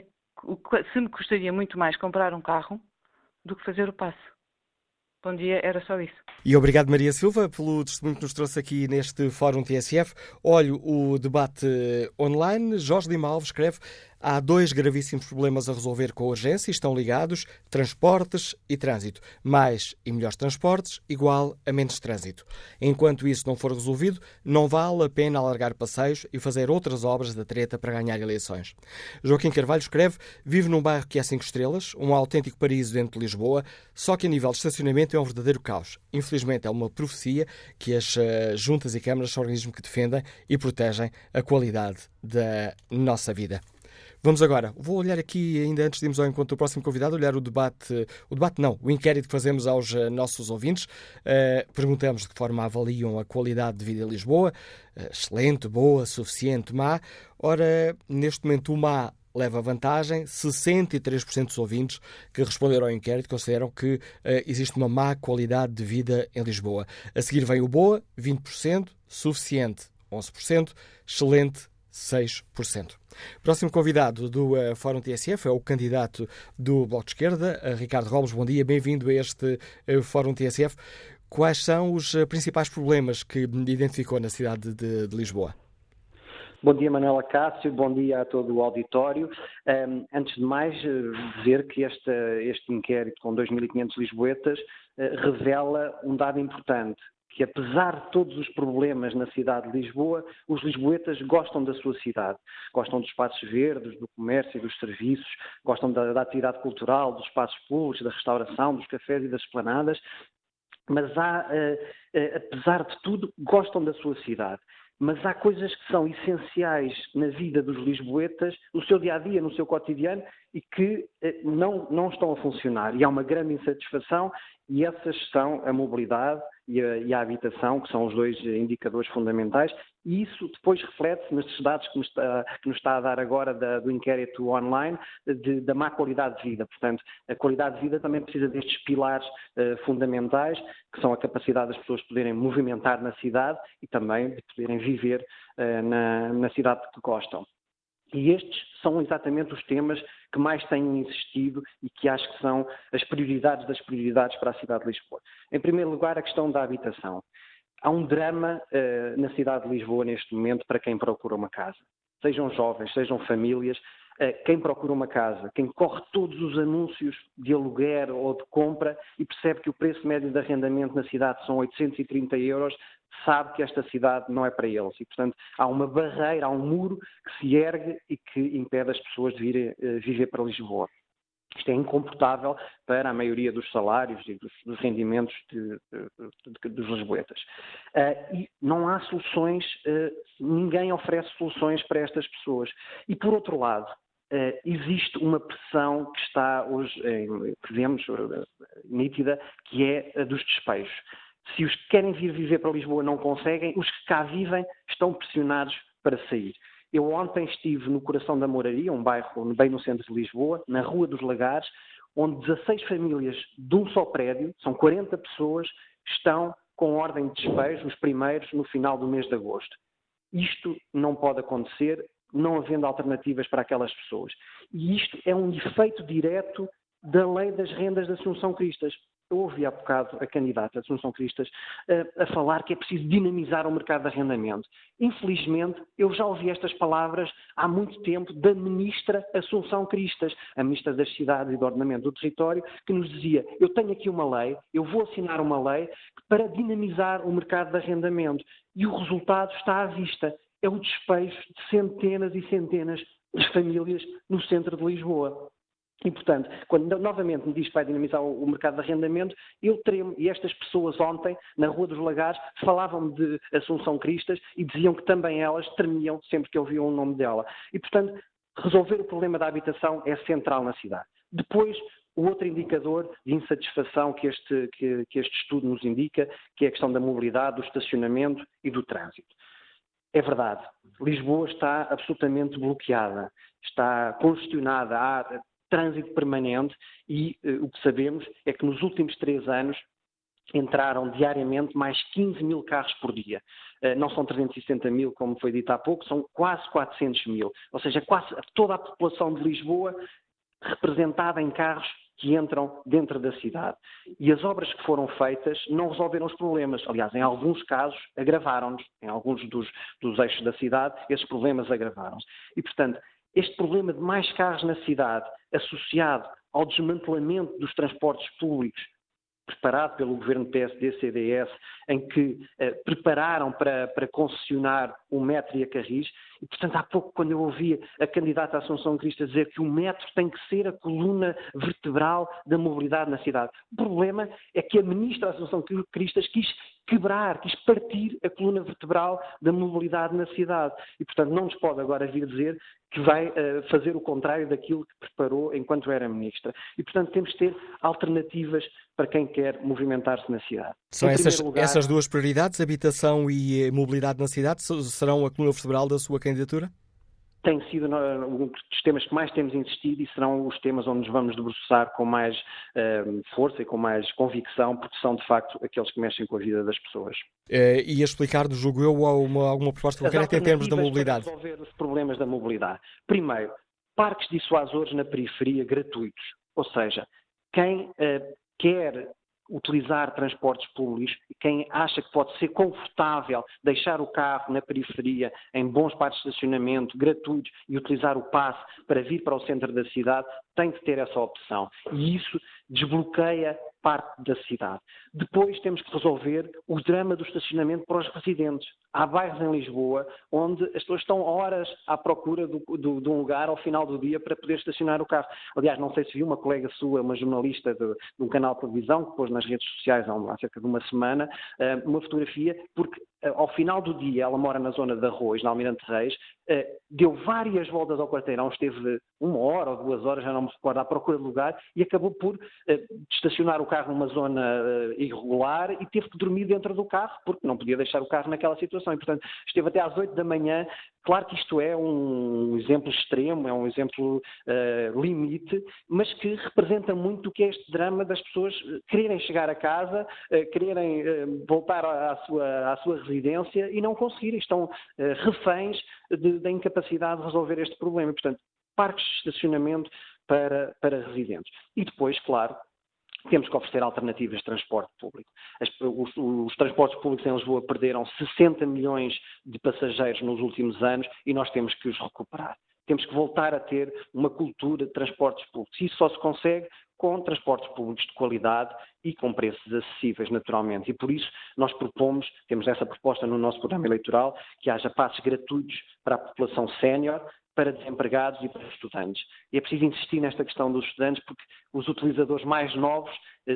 K: se me custaria muito mais comprar um carro do que fazer o passe. Bom dia, era só isso.
A: E obrigado, Maria Silva, pelo testemunho que nos trouxe aqui neste Fórum TSF. Olho o debate online. Jorge Lima Alves escreve: há 2 gravíssimos problemas a resolver com urgência e estão ligados: transportes e trânsito. Mais e melhores transportes igual a menos trânsito. Enquanto isso não for resolvido, não vale a pena alargar passeios e fazer outras obras da treta para ganhar eleições. Joaquim Carvalho escreve: vive num bairro que é 5 estrelas, um autêntico paraíso dentro de Lisboa, só que a nível de estacionamento é um verdadeiro caos. Infelizmente é uma profecia que as juntas e câmaras são organismos que defendem e protegem a qualidade da nossa vida. Vamos agora, vou olhar aqui, ainda antes de irmos ao encontro do próximo convidado, olhar o inquérito que fazemos aos nossos ouvintes. Perguntamos de que forma avaliam a qualidade de vida em Lisboa. Excelente, boa, suficiente, má. Ora, neste momento o má leva vantagem. 63% dos ouvintes que responderam ao inquérito consideram que existe uma má qualidade de vida em Lisboa. A seguir vem o boa, 20%, suficiente, 11%, excelente, 6%. Próximo convidado do Fórum TSF é o candidato do Bloco de Esquerda, Ricardo Robles. Bom dia, bem-vindo a este Fórum TSF. Quais são os principais problemas que identificou na cidade de Lisboa?
L: Bom dia, Manuela Cássio, bom dia a todo o auditório. Antes de mais, dizer que este inquérito com 2.500 lisboetas revela um dado importante, que apesar de todos os problemas na cidade de Lisboa, os lisboetas gostam da sua cidade. Gostam dos espaços verdes, do comércio e dos serviços, gostam da atividade cultural, dos espaços públicos, da restauração, dos cafés e das esplanadas. mas apesar de tudo, gostam da sua cidade. Mas há coisas que são essenciais na vida dos lisboetas, no seu dia-a-dia, no seu cotidiano, e que não estão a funcionar. E há uma grande insatisfação, e essas são a mobilidade e a habitação, que são os dois indicadores fundamentais, e isso depois reflete nestes dados que nos está a dar agora do inquérito online, da má qualidade de vida. Portanto, a qualidade de vida também precisa destes pilares fundamentais, que são a capacidade das pessoas poderem movimentar na cidade e também de poderem viver na cidade que gostam. E estes são exatamente os temas que mais têm insistido e que acho que são as prioridades das prioridades para a cidade de Lisboa. Em primeiro lugar, a questão da habitação. Há um drama na cidade de Lisboa neste momento para quem procura uma casa. Sejam jovens, sejam famílias, quem procura uma casa, quem corre todos os anúncios de aluguer ou de compra e percebe que o preço médio de arrendamento na cidade são 830 euros, sabe que esta cidade não é para eles. E, portanto, há uma barreira, há um muro que se ergue e que impede as pessoas de virem viver para Lisboa. Isto é incomportável para a maioria dos salários e dos rendimentos dos lisboetas. E não há soluções, ninguém oferece soluções para estas pessoas. E, por outro lado, existe uma pressão que está hoje, vemos, nítida, que é a dos despejos. Se os que querem vir viver para Lisboa não conseguem, os que cá vivem estão pressionados para sair. Eu ontem estive no coração da Moraria, um bairro bem no centro de Lisboa, na Rua dos Lagares, onde 16 famílias de um só prédio, são 40 pessoas, estão com ordem de despejo, os primeiros, no final do mês de agosto. Isto não pode acontecer, não havendo alternativas para aquelas pessoas. E isto é um efeito direto da lei das rendas de Assunção Cristas. Eu ouvi há bocado a candidata Assunção Cristas a falar que é preciso dinamizar o mercado de arrendamento. Infelizmente, eu já ouvi estas palavras há muito tempo da ministra Assunção Cristas, a ministra das Cidades e do Ordenamento do Território, que nos dizia: eu tenho aqui uma lei, eu vou assinar uma lei para dinamizar o mercado de arrendamento. E o resultado está à vista. É o despejo de centenas e centenas de famílias no centro de Lisboa. E, portanto, quando novamente me diz que vai dinamizar o mercado de arrendamento, eu tremo. E estas pessoas ontem, na Rua dos Lagares, falavam de Assunção Cristas e diziam que também elas tremiam sempre que ouviam o nome dela. E, portanto, resolver o problema da habitação é central na cidade. Depois, o outro indicador de insatisfação que este estudo nos indica, que é a questão da mobilidade, do estacionamento e do trânsito. É verdade, Lisboa está absolutamente bloqueada, está congestionada, há trânsito permanente e o que sabemos é que nos últimos 3 anos entraram diariamente mais 15 mil carros por dia. Não são 360 mil, como foi dito há pouco, são quase 400 mil. Ou seja, quase toda a população de Lisboa representada em carros que entram dentro da cidade. E as obras que foram feitas não resolveram os problemas. Aliás, em alguns casos, agravaram-nos. Em alguns dos eixos da cidade, esses problemas agravaram-se. E, portanto, este problema de mais carros na cidade, associado ao desmantelamento dos transportes públicos, preparado pelo governo PSD-CDS, em que prepararam para concessionar o metro e a Carris, e, portanto, há pouco, quando eu ouvia a candidata Assunção Cristas dizer que o metro tem que ser a coluna vertebral da mobilidade na cidade. O problema é que a ministra Assunção Cristas quis quebrar, quis partir a coluna vertebral da mobilidade na cidade. E, portanto, não nos pode agora vir dizer que vai fazer o contrário daquilo que preparou enquanto era ministra. E, portanto, temos de ter alternativas para quem quer movimentar-se na cidade.
A: São essas duas prioridades, habitação e mobilidade na cidade, serão a coluna vertebral da sua candidatura?
L: Tem sido um dos temas que mais temos insistido e serão os temas onde nos vamos debruçar com mais força e com mais convicção, porque são, de facto, aqueles que mexem com a vida das pessoas.
A: E a explicar-nos, julgo eu, alguma proposta concreta em termos da mobilidade?
L: Para resolver os problemas da mobilidade. Primeiro, parques dissuasores na periferia gratuitos. Ou seja, quem quer utilizar transportes públicos, quem acha que pode ser confortável deixar o carro na periferia em bons parques de estacionamento gratuitos e utilizar o passe para vir para o centro da cidade, tem de ter essa opção. E isso desbloqueia parte da cidade. Depois temos que resolver o drama do estacionamento para os residentes. Há bairros em Lisboa onde as pessoas estão horas à procura de um lugar ao final do dia para poder estacionar o carro. Aliás, não sei se viu uma colega sua, uma jornalista de um canal de televisão, que pôs nas redes sociais há cerca de uma semana, uma fotografia, porque ao final do dia, ela mora na zona de Arroz, na Almirante Reis, deu várias voltas ao quarteirão, esteve 1 hora ou 2 horas, já não me recordo, à procura de lugar, e acabou por estacionar o carro numa zona irregular e teve que dormir dentro do carro, porque não podia deixar o carro naquela situação. E, portanto, esteve até às 8 da manhã. Claro que isto é um exemplo extremo, é um exemplo limite, mas que representa muito o que é este drama das pessoas quererem chegar a casa, quererem voltar à sua residência e não conseguirem. Estão reféns da incapacidade de resolver este problema. E, portanto, parques de estacionamento para residentes. E depois, claro, temos que oferecer alternativas de transporte público. Os transportes públicos em Lisboa perderam 60 milhões de passageiros nos últimos anos e nós temos que os recuperar. Temos que voltar a ter uma cultura de transportes públicos. Isso só se consegue com transportes públicos de qualidade e com preços acessíveis, naturalmente. E por isso nós propomos, temos essa proposta no nosso programa eleitoral, que haja passes gratuitos para a população sénior, para desempregados e para estudantes. E é preciso insistir nesta questão dos estudantes, porque os utilizadores mais novos,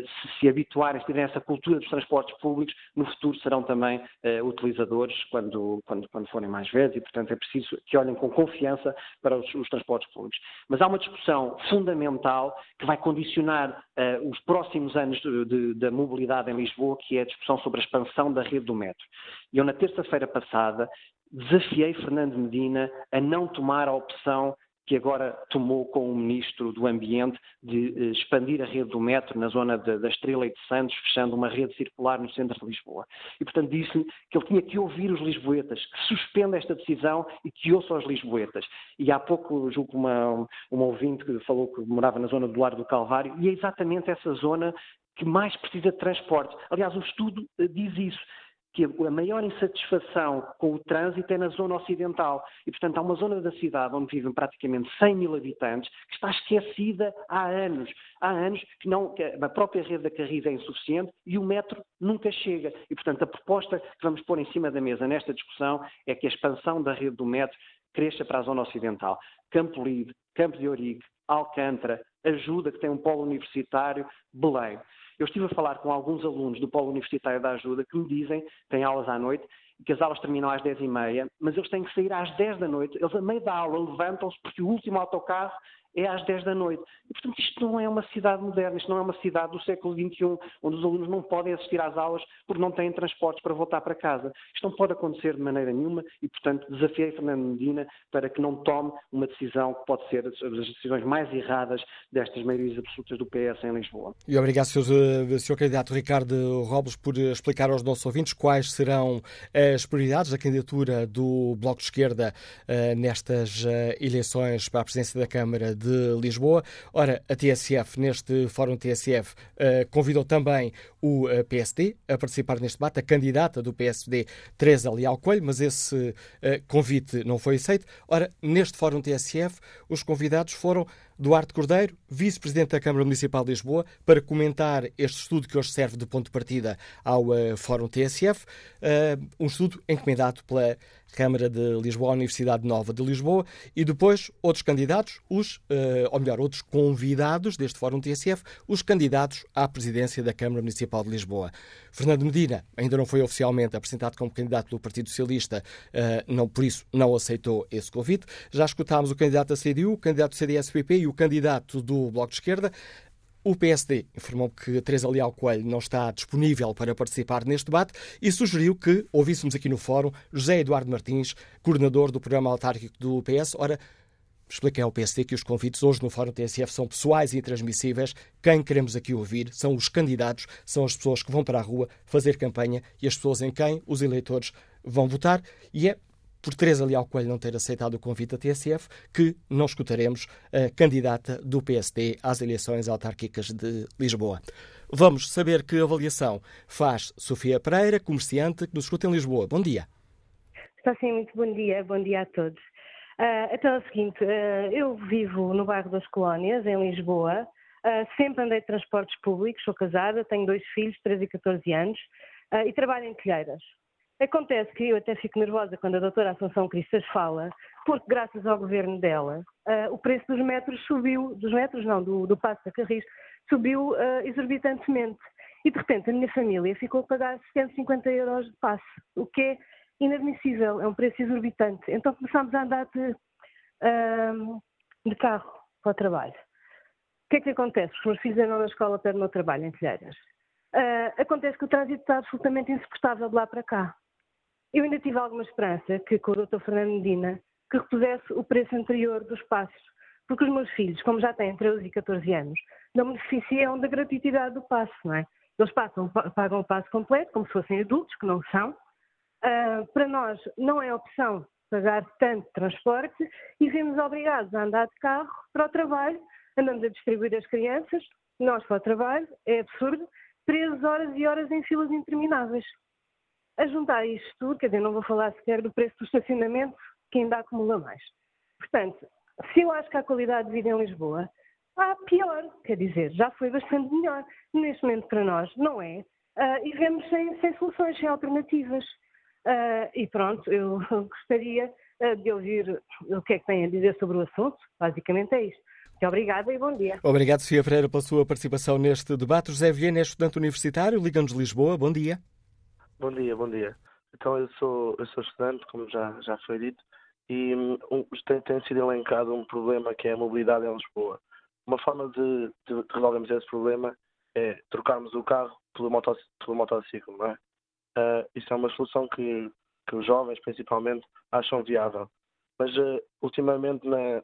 L: se habituarem, se tiverem essa cultura dos transportes públicos, no futuro serão também utilizadores quando forem mais velhos e, portanto, é preciso que olhem com confiança para os transportes públicos. Mas há uma discussão fundamental que vai condicionar os próximos anos da mobilidade em Lisboa, que é a discussão sobre a expansão da rede do metro. E eu, na terça-feira passada, desafiei Fernando Medina a não tomar a opção que agora tomou com o Ministro do Ambiente de expandir a rede do metro na zona da Estrela e de Santos, fechando uma rede circular no centro de Lisboa. E, portanto, disse-lhe que ele tinha que ouvir os lisboetas, que suspenda esta decisão e que ouça os lisboetas. E há pouco, julgo que uma ouvinte que falou que morava na zona do Largo do Calvário, e é exatamente essa zona que mais precisa de transporte. Aliás, o estudo diz isso, que a maior insatisfação com o trânsito é na zona ocidental. E, portanto, há uma zona da cidade onde vivem praticamente 100 mil habitantes que está esquecida há anos. Há anos que a própria rede da Carris é insuficiente e o metro nunca chega. E, portanto, a proposta que vamos pôr em cima da mesa nesta discussão é que a expansão da rede do metro cresça para a zona ocidental. Campo Lido, Campo de Ourique, Alcântara, Ajuda, que tem um polo universitário, Belém. Eu estive a falar com alguns alunos do Polo Universitário da Ajuda que me dizem que têm aulas à noite e que as aulas terminam às 10h30, mas eles têm que sair às 10 da noite. Eles, a meio da aula, levantam-se porque o último autocarro é às 10 da noite. E, portanto, isto não é uma cidade moderna, isto não é uma cidade do século XXI, onde os alunos não podem assistir às aulas porque não têm transportes para voltar para casa. Isto não pode acontecer de maneira nenhuma e, portanto, desafiei Fernando Medina para que não tome uma decisão que pode ser as decisões mais erradas destas maiorias absolutas do PS em Lisboa.
A: E obrigado, Sr. Candidato Ricardo Robles, por explicar aos nossos ouvintes quais serão as prioridades da candidatura do Bloco de Esquerda nestas eleições para a presidência da Câmara de Lisboa. Ora, a TSF, neste Fórum TSF, convidou também o PSD a participar neste debate, a candidata do PSD, Teresa Leal Coelho, mas esse convite não foi aceito. Ora, neste Fórum TSF, os convidados foram Duarte Cordeiro, vice-presidente da Câmara Municipal de Lisboa, para comentar este estudo que hoje serve de ponto de partida ao Fórum TSF, um estudo encomendado pela Câmara de Lisboa, a Universidade Nova de Lisboa, e depois outros candidatos, outros convidados deste Fórum TSF, os candidatos à presidência da Câmara Municipal de Lisboa. Fernando Medina ainda não foi oficialmente apresentado como candidato do Partido Socialista, por isso não aceitou esse convite. Já escutámos o candidato da CDU, o candidato do CDS-PP e o candidato do Bloco de Esquerda. O PSD informou que Teresa Leal Coelho não está disponível para participar neste debate e sugeriu que ouvíssemos aqui no Fórum José Eduardo Martins, coordenador do programa autárquico do PS. Ora, expliquei ao PSD que os convites hoje no Fórum TSF são pessoais e intransmissíveis. Quem queremos aqui ouvir são os candidatos, são as pessoas que vão para a rua fazer campanha e as pessoas em quem os eleitores vão votar. E é por Teresa Leal Coelho não ter aceitado o convite da TSF que não escutaremos a candidata do PSD às eleições autárquicas de Lisboa. Vamos saber que avaliação faz Sofia Pereira, comerciante que nos escuta em Lisboa. Bom dia.
M: Está sim, muito bom dia a todos. Então é o seguinte, eu vivo no bairro das Colónias, em Lisboa, Sempre andei de transportes públicos, sou casada, tenho 2 filhos, 13 e 14 anos, e trabalho em Telheiras. Acontece que eu até fico nervosa quando a doutora Assunção Cristas fala, porque graças ao governo dela, o preço dos metros subiu, do passe da Carris, subiu exorbitantemente. E de repente a minha família ficou a pagar 750 euros de passe, o que é inadmissível, é um preço exorbitante. Então começámos a andar de carro para o trabalho. O que é que acontece? Os meus filhos andam na escola perto do meu trabalho, em Telheiras. Acontece que o trânsito está absolutamente insuportável de lá para cá. Eu ainda tive alguma esperança que com o Dr. Fernando Medina que repusesse o preço anterior dos passos, porque os meus filhos, como já têm 13 e 14 anos, não beneficiam da gratuitidade do passo, não é? Eles pagam o passo completo, como se fossem adultos, que não são. Para nós não é opção pagar tanto transporte e vemos obrigados a andar de carro para o trabalho, andamos a distribuir as crianças, nós para o trabalho, é absurdo, 13 horas e horas em filas intermináveis. A juntar isto tudo, quer dizer, não vou falar sequer do preço do estacionamento, que ainda acumula mais. Portanto, se eu acho que a qualidade de vida em Lisboa há pior, quer dizer, já foi bastante melhor. Neste momento para nós não é, e vemos sem soluções, sem alternativas. E pronto, eu gostaria de ouvir o que é que têm a dizer sobre o assunto, basicamente é isto. Muito obrigada e bom dia.
A: Obrigado, Sofia Pereira, pela sua participação neste debate. José Viana é estudante universitário, Liga-nos de Lisboa, bom dia.
N: Bom dia. Então eu sou estudante, como já foi dito, e tem sido elencado um problema que é a mobilidade em Lisboa. Uma forma de resolvermos esse problema é trocarmos o carro pelo motociclo, não é? Isso é uma solução que os jovens, principalmente, acham viável. Mas, ultimamente,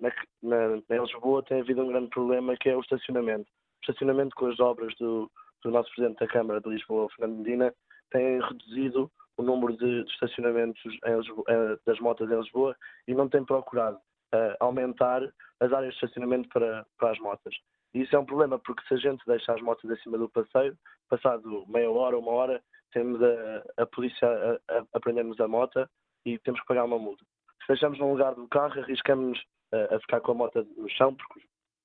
N: em Lisboa tem havido um grande problema que é o estacionamento. O estacionamento com as obras do nosso Presidente da Câmara de Lisboa, Fernando Medina, tem reduzido o número de estacionamentos das motas em Lisboa e não tem procurado aumentar as áreas de estacionamento para as motas. E isso é um problema porque se a gente deixa as motas acima do passeio, passado meia hora, uma hora, temos a polícia a prender-nos a moto e temos que pagar uma multa. Se deixamos num lugar do carro, arriscamos a ficar com a moto no chão, porque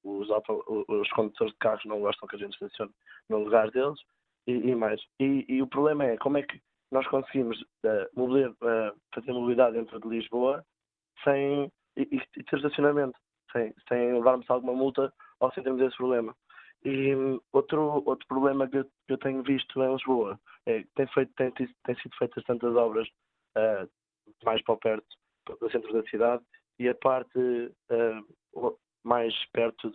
N: os condutores de carros não gostam que a gente estacione no lugar deles, e mais. E o problema é como é que nós conseguimos fazer mobilidade dentro de Lisboa sem ter estacionamento, sem levarmos alguma multa ou sem termos esse problema. E outro problema que eu tenho visto em Lisboa é que tem sido feitas tantas obras mais para perto do centro da cidade e a parte mais perto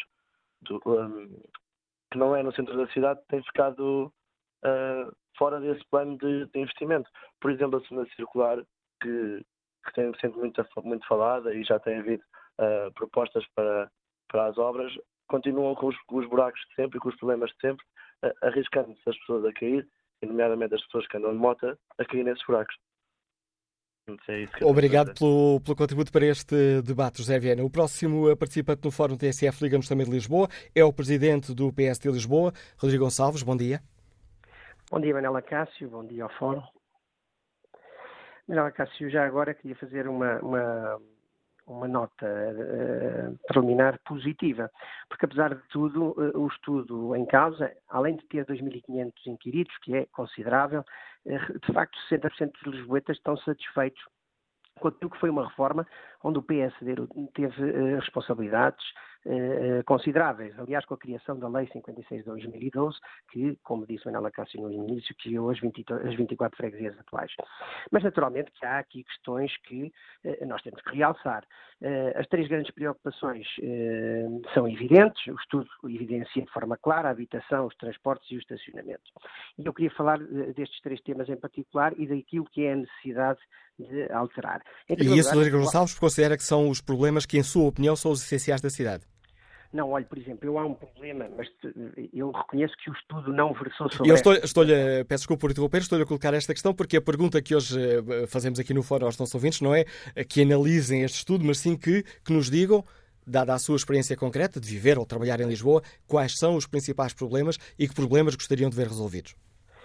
N: que não é no centro da cidade tem ficado fora desse plano de investimento. Por exemplo, a segunda circular que tem sido muito falada e já tem havido propostas para as obras, continuam com os buracos de sempre e com os problemas de sempre, arriscando-se as pessoas a cair, e nomeadamente as pessoas que andam de moto, a cair nesses buracos.
A: Obrigado pelo contributo para este debate, José Viana. O próximo participante no Fórum TSF Liga-nos também de Lisboa é o Presidente do PS de Lisboa, Rodrigo Gonçalves. Bom dia.
O: Bom dia, Manela Cássio. Bom dia ao Fórum. Manela Cássio, já agora queria fazer uma nota preliminar positiva, porque apesar de tudo, o estudo em causa, além de ter 2.500 inquiridos, que é considerável, de facto 60% dos lisboetas estão satisfeitos com aquilo que foi uma reforma onde o PSD teve responsabilidades consideráveis. Aliás, com a criação da Lei 56 de 2012, que, como disse Manela Cássio no início, criou as 24 freguesias atuais. Mas, naturalmente, que há aqui questões que nós temos que realçar. As 3 grandes preocupações são evidentes, o estudo evidencia de forma clara a habitação, os transportes e o estacionamento. E eu queria falar destes 3 temas em particular e daquilo que é a necessidade de alterar.
A: E isso, Rodrigo Gonçalves, considera que são os problemas que, em sua opinião, são os essenciais da cidade?
O: Não, olha, por exemplo, há um problema, mas eu reconheço que o estudo não versou sobre...
A: Eu peço desculpa por interromper, estou-lhe a colocar esta questão porque a pergunta que hoje fazemos aqui no Fórum aos nossos ouvintes não é que analisem este estudo, mas sim que nos digam, dada a sua experiência concreta de viver ou trabalhar em Lisboa, quais são os principais problemas e que problemas gostariam de ver resolvidos.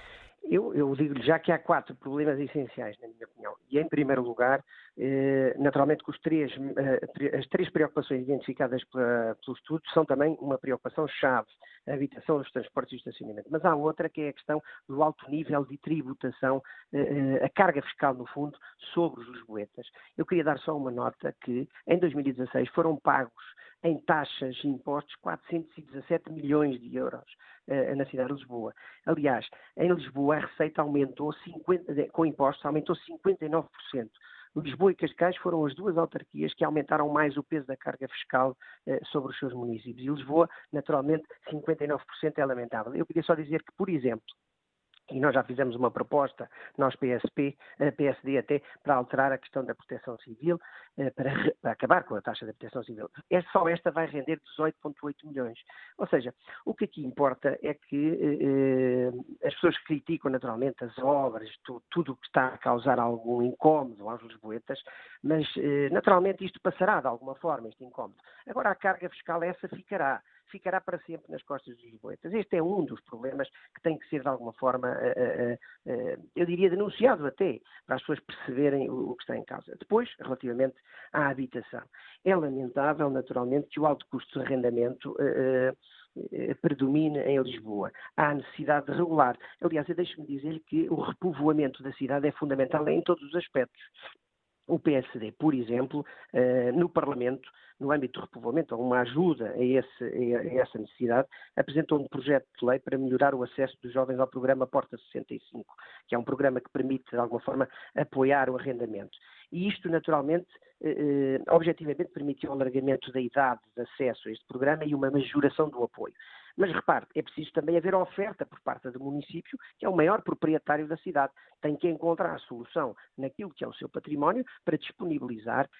O: Eu digo-lhe já que há 4 problemas essenciais, na minha opinião. E, em primeiro lugar, naturalmente que as 3 preocupações identificadas pelo estudo são também uma preocupação-chave, a habitação, os transportes e o estacionamento. Mas há outra que é a questão do alto nível de tributação, a carga fiscal, no fundo, sobre os lisboetas. Eu queria dar só uma nota que, em 2016, foram pagos em taxas e impostos 417 milhões de euros na cidade de Lisboa. Aliás, em Lisboa a receita aumentou com impostos aumentou 59%. Lisboa e Cascais foram as 2 autarquias que aumentaram mais o peso da carga fiscal sobre os seus municípios. E Lisboa, naturalmente, 59% é lamentável. Eu queria só dizer que, por exemplo, e nós já fizemos uma proposta, nós PSD até, para alterar a questão da proteção civil, para acabar com a taxa da proteção civil. Só esta vai render 18,8 milhões. Ou seja, o que aqui importa é que as pessoas criticam naturalmente as obras, tudo o que está a causar algum incómodo aos lisboetas, mas naturalmente isto passará de alguma forma, este incómodo. Agora a carga fiscal essa ficará para sempre nas costas dos lisboetas. Este é um dos problemas que tem que ser, de alguma forma, eu diria, denunciado até, para as pessoas perceberem o que está em causa. Depois, relativamente à habitação. É lamentável, naturalmente, que o alto custo de arrendamento predomina em Lisboa. Há necessidade de regular. Aliás, deixe-me dizer que o repovoamento da cidade é fundamental em todos os aspectos. O PSD, por exemplo, no Parlamento, no âmbito do repovoamento, uma ajuda a essa necessidade, apresentou um projeto de lei para melhorar o acesso dos jovens ao programa Porta 65, que é um programa que permite, de alguma forma, apoiar o arrendamento. E isto, naturalmente, objetivamente permitiu o alargamento da idade de acesso a este programa e uma majoração do apoio. Mas repare, é preciso também haver oferta por parte do município, que é o maior proprietário da cidade. Tem que encontrar a solução naquilo que é o seu património para disponibilizar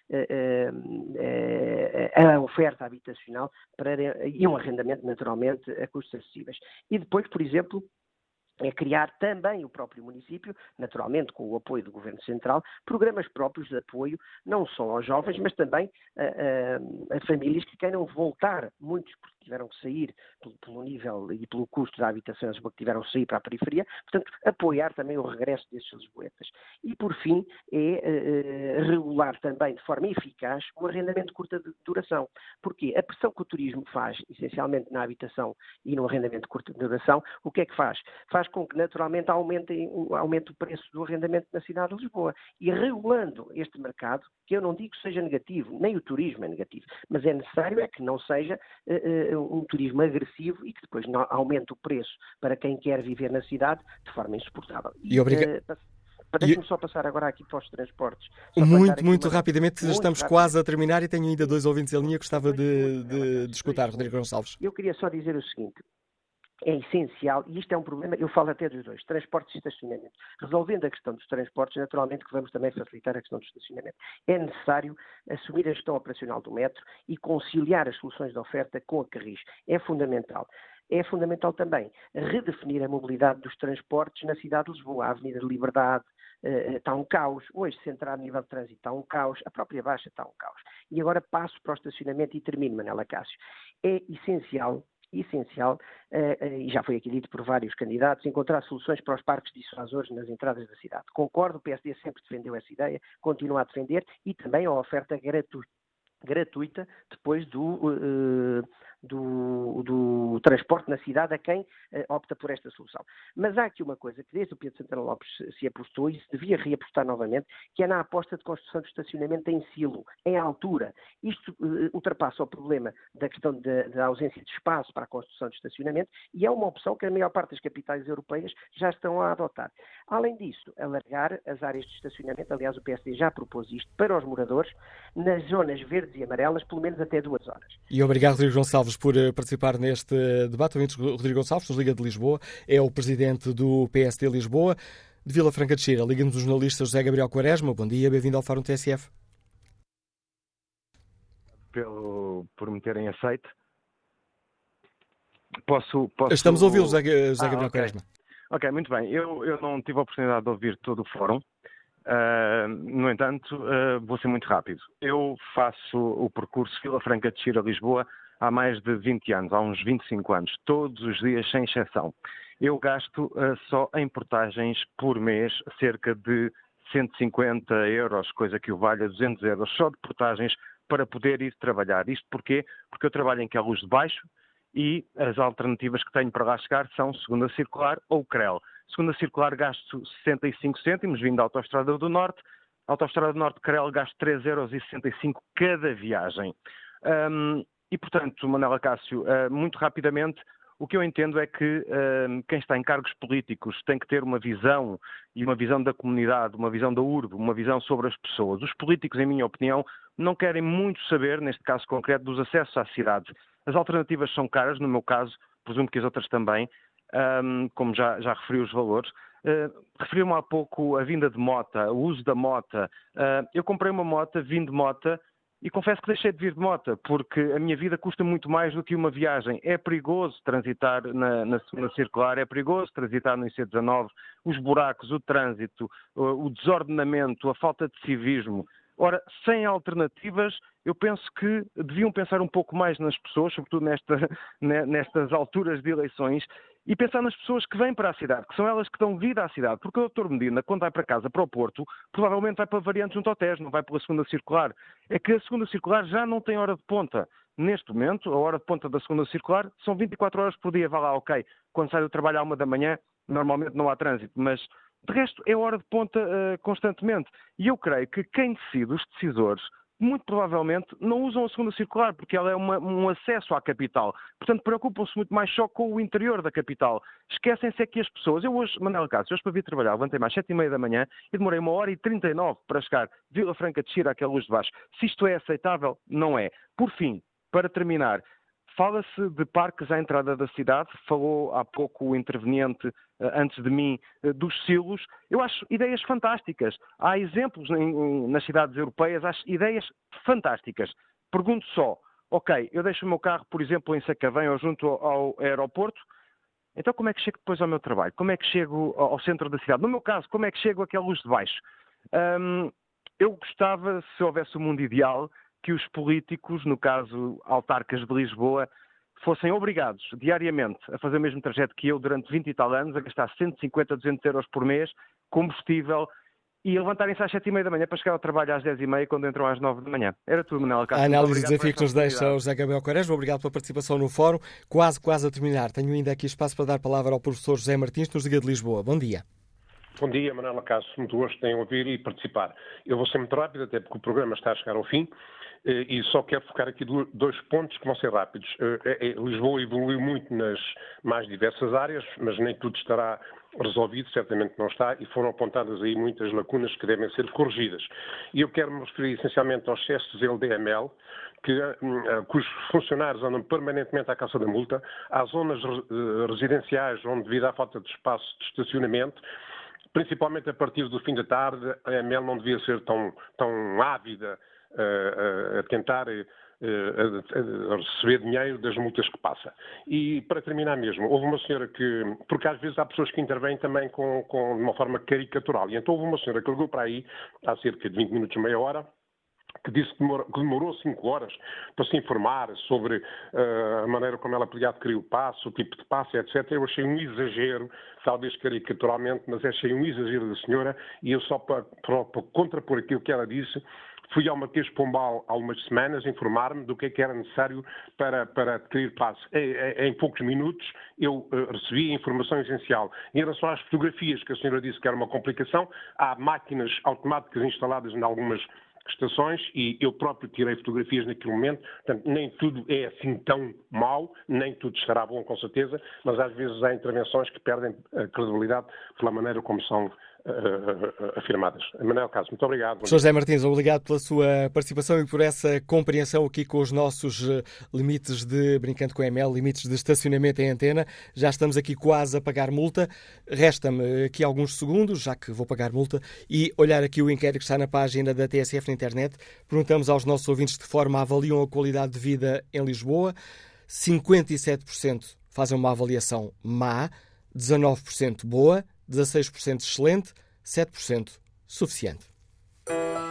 O: a oferta habitacional e um arrendamento, naturalmente, a custos acessíveis. E depois, por exemplo, é criar também o próprio município, naturalmente com o apoio do Governo Central, programas próprios de apoio, não só aos jovens, mas também a famílias que queiram voltar, muitos porque tiveram que sair pelo nível e pelo custo da habitação, porque tiveram que sair para a periferia, portanto, apoiar também o regresso desses lisboetas. E, por fim, regular também de forma eficaz o arrendamento de curta duração. Porquê? A pressão que o turismo faz, essencialmente na habitação e no arrendamento de curta duração, o que é que faz? Faz com que naturalmente aumente o preço do arrendamento na cidade de Lisboa. E regulando este mercado, que eu não digo que seja negativo, nem o turismo é negativo, mas é necessário que não seja um turismo agressivo e que depois não aumente o preço para quem quer viver na cidade de forma insuportável. Deixe-me só passar agora aqui para os transportes.
A: Muito rapidamente, estamos quase a terminar e tenho ainda 2 ouvintes em linha que gostava de escutar, Rodrigo Gonçalves.
O: Eu queria só dizer o seguinte. É essencial, e isto é um problema, eu falo até dos dois, transportes e estacionamento. Resolvendo a questão dos transportes, naturalmente que vamos também facilitar a questão do estacionamento. É necessário assumir a gestão operacional do metro e conciliar as soluções de oferta com a Carris. É fundamental. É fundamental também redefinir a mobilidade dos transportes na cidade de Lisboa. A Avenida de Liberdade está um caos. Hoje, se entrar a nível de trânsito, está um caos. A própria Baixa está um caos. E agora passo para o estacionamento e termino, Manela Cássio. É essencial, e já foi aqui dito por vários candidatos, encontrar soluções para os parques dissuasores nas entradas da cidade. Concordo, o PSD sempre defendeu essa ideia, continua a defender, e também a oferta gratuita depois do transporte na cidade a quem opta por esta solução. Mas há aqui uma coisa que desde o Pedro Santana Lopes se apostou e se devia reapostar novamente, que é na aposta de construção de estacionamento em silo, em altura. Isto ultrapassa o problema da questão da ausência de espaço para a construção de estacionamento e é uma opção que a maior parte das capitais europeias já estão a adotar. Além disso, alargar as áreas de estacionamento, aliás o PSD já propôs isto para os moradores, nas zonas verdes e amarelas, pelo menos até 2 horas.
A: E obrigado, Rodrigo Gonçalves, por participar neste debate. Rodrigo Gonçalves, nos Liga de Lisboa, é o presidente do PSD Lisboa. De Vila Franca de Xira, liga-nos o jornalista José Gabriel Quaresma. Bom dia, bem-vindo ao Fórum TSF.
P: Por me terem aceito.
A: Estamos a ouvi-lo, José Gabriel Quaresma.
P: Ok, muito bem. Eu não tive a oportunidade de ouvir todo o fórum. No entanto, vou ser muito rápido. Eu faço o percurso Vila Franca de Xira, Lisboa, há mais de 20 anos, há uns 25 anos, todos os dias, sem exceção. Eu gasto só em portagens por mês cerca de 150 euros, coisa que o valha 200 euros, só de portagens para poder ir trabalhar. Isto porquê? Porque eu trabalho em Queluz de Baixo e as alternativas que tenho para lá chegar são segunda circular ou CREL. Segunda circular gasto 65 cêntimos, vindo da Autostrada do Norte. Autostrada do Norte CREL gasto 3,65 € cada viagem. E, portanto, Manuela Cássio, muito rapidamente, o que eu entendo é que quem está em cargos políticos tem que ter uma visão, e uma visão da comunidade, uma visão da urbe, uma visão sobre as pessoas. Os políticos, em minha opinião, não querem muito saber, neste caso concreto, dos acessos à cidade. As alternativas são caras, no meu caso, presumo que as outras também, como já referi os valores. Referiu-me há pouco a vinda de mota, o uso da mota. Eu comprei uma mota, vim de mota, e confesso que deixei de vir de moto, porque a minha vida custa muito mais do que uma viagem. É perigoso transitar na segunda circular, é perigoso transitar no IC19, os buracos, o trânsito, o desordenamento, a falta de civismo. Ora, sem alternativas, eu penso que deviam pensar um pouco mais nas pessoas, sobretudo nestas alturas de eleições, e pensar nas pessoas que vêm para a cidade, que são elas que dão vida à cidade. Porque o Dr. Medina, quando vai para casa, para o Porto, provavelmente vai para a variante junto ao Tejo, não vai pela segunda circular. É que a segunda circular já não tem hora de ponta. Neste momento, a hora de ponta da segunda circular são 24 horas por dia. Vá lá, ok. Quando sai do trabalho à 1 da manhã, normalmente não há trânsito, mas de resto é hora de ponta constantemente. E eu creio que quem decide, os decisores, muito provavelmente não usam a segunda circular, porque ela é um acesso à capital. Portanto, preocupam-se muito mais só com o interior da capital. Esquecem-se é que as pessoas... Eu hoje, Manuela Cássio, hoje para vir trabalhar, levantei-me às 7h30 da manhã e demorei 1h39 para chegar de Vila Franca de Xira, àquela Luz de Baixo. Se isto é aceitável, não é. Por fim, para terminar, fala-se de parques à entrada da cidade, falou há pouco o interveniente antes de mim dos silos. Eu acho ideias fantásticas. Há exemplos nas cidades europeias, acho ideias fantásticas. Pergunto só, ok, eu deixo o meu carro, por exemplo, em Sacavém ou junto ao aeroporto, então como é que chego depois ao meu trabalho? Como é que chego ao centro da cidade? No meu caso, como é que chego àquela Luz de Baixo? Eu gostava, se houvesse um mundo ideal, que os políticos, no caso autarcas de Lisboa, fossem obrigados diariamente a fazer o mesmo trajeto que eu durante 20 e tal anos, a gastar 150, 200 euros por mês, combustível, e a levantarem-se às 7h30 da manhã para chegar ao trabalho às 10h30 quando entram às 9 da manhã. Era tudo, Manuela Cássio.
A: A análise e desafio que nos deixa o José Gabriel Quaresma. Obrigado pela participação no fórum. Quase a terminar. Tenho ainda aqui espaço para dar a palavra ao professor José Martins, nos Liga de Lisboa. Bom dia.
Q: Bom dia, Manuela Cássio. Muito gosto em ouvir e participar. Eu vou ser muito rápido, até porque o programa está a chegar ao fim. E só quero focar aqui 2 pontos que vão ser rápidos. Lisboa evoluiu muito nas mais diversas áreas, mas nem tudo estará resolvido, certamente não está, e foram apontadas aí muitas lacunas que devem ser corrigidas. E eu quero me referir essencialmente aos excessos LDML, cujos funcionários andam permanentemente à caça da multa, às zonas residenciais onde, devido à falta de espaço de estacionamento, principalmente a partir do fim da tarde, a AML não devia ser tão ávida a tentar a receber dinheiro das multas que passa. E, para terminar mesmo, houve uma senhora que... Porque às vezes há pessoas que intervêm também de uma forma caricatural. E então houve uma senhora que ligou para aí, há cerca de 20 minutos, meia hora, que disse que demorou 5 horas para se informar sobre a maneira como ela podia adquirir o passe, o tipo de passe, etc. Eu achei um exagero, talvez caricaturalmente, mas achei um exagero da senhora, e eu só para contrapor aquilo que ela disse, fui ao Marquês de Pombal há umas semanas informar-me do que é que era necessário para adquirir passe. Em poucos minutos eu recebi a informação essencial. Em relação às fotografias, que a senhora disse que era uma complicação, há máquinas automáticas instaladas em algumas estações e eu próprio tirei fotografias naquele momento. Portanto, nem tudo é assim tão mau, nem tudo estará bom com certeza, mas às vezes há intervenções que perdem a credibilidade pela maneira como são afirmadas. Manuel Cássio, muito obrigado.
A: Sr. José Martins, obrigado pela sua participação e por essa compreensão aqui com os nossos limites de, brincando com a ML, limites de estacionamento em antena. Já estamos aqui quase a pagar multa. Resta-me aqui alguns segundos, já que vou pagar multa, e olhar aqui o inquérito que está na página da TSF na internet. Perguntamos aos nossos ouvintes de que forma avaliam a qualidade de vida em Lisboa. 57% fazem uma avaliação má, 19% boa, 16% excelente, 7% suficiente.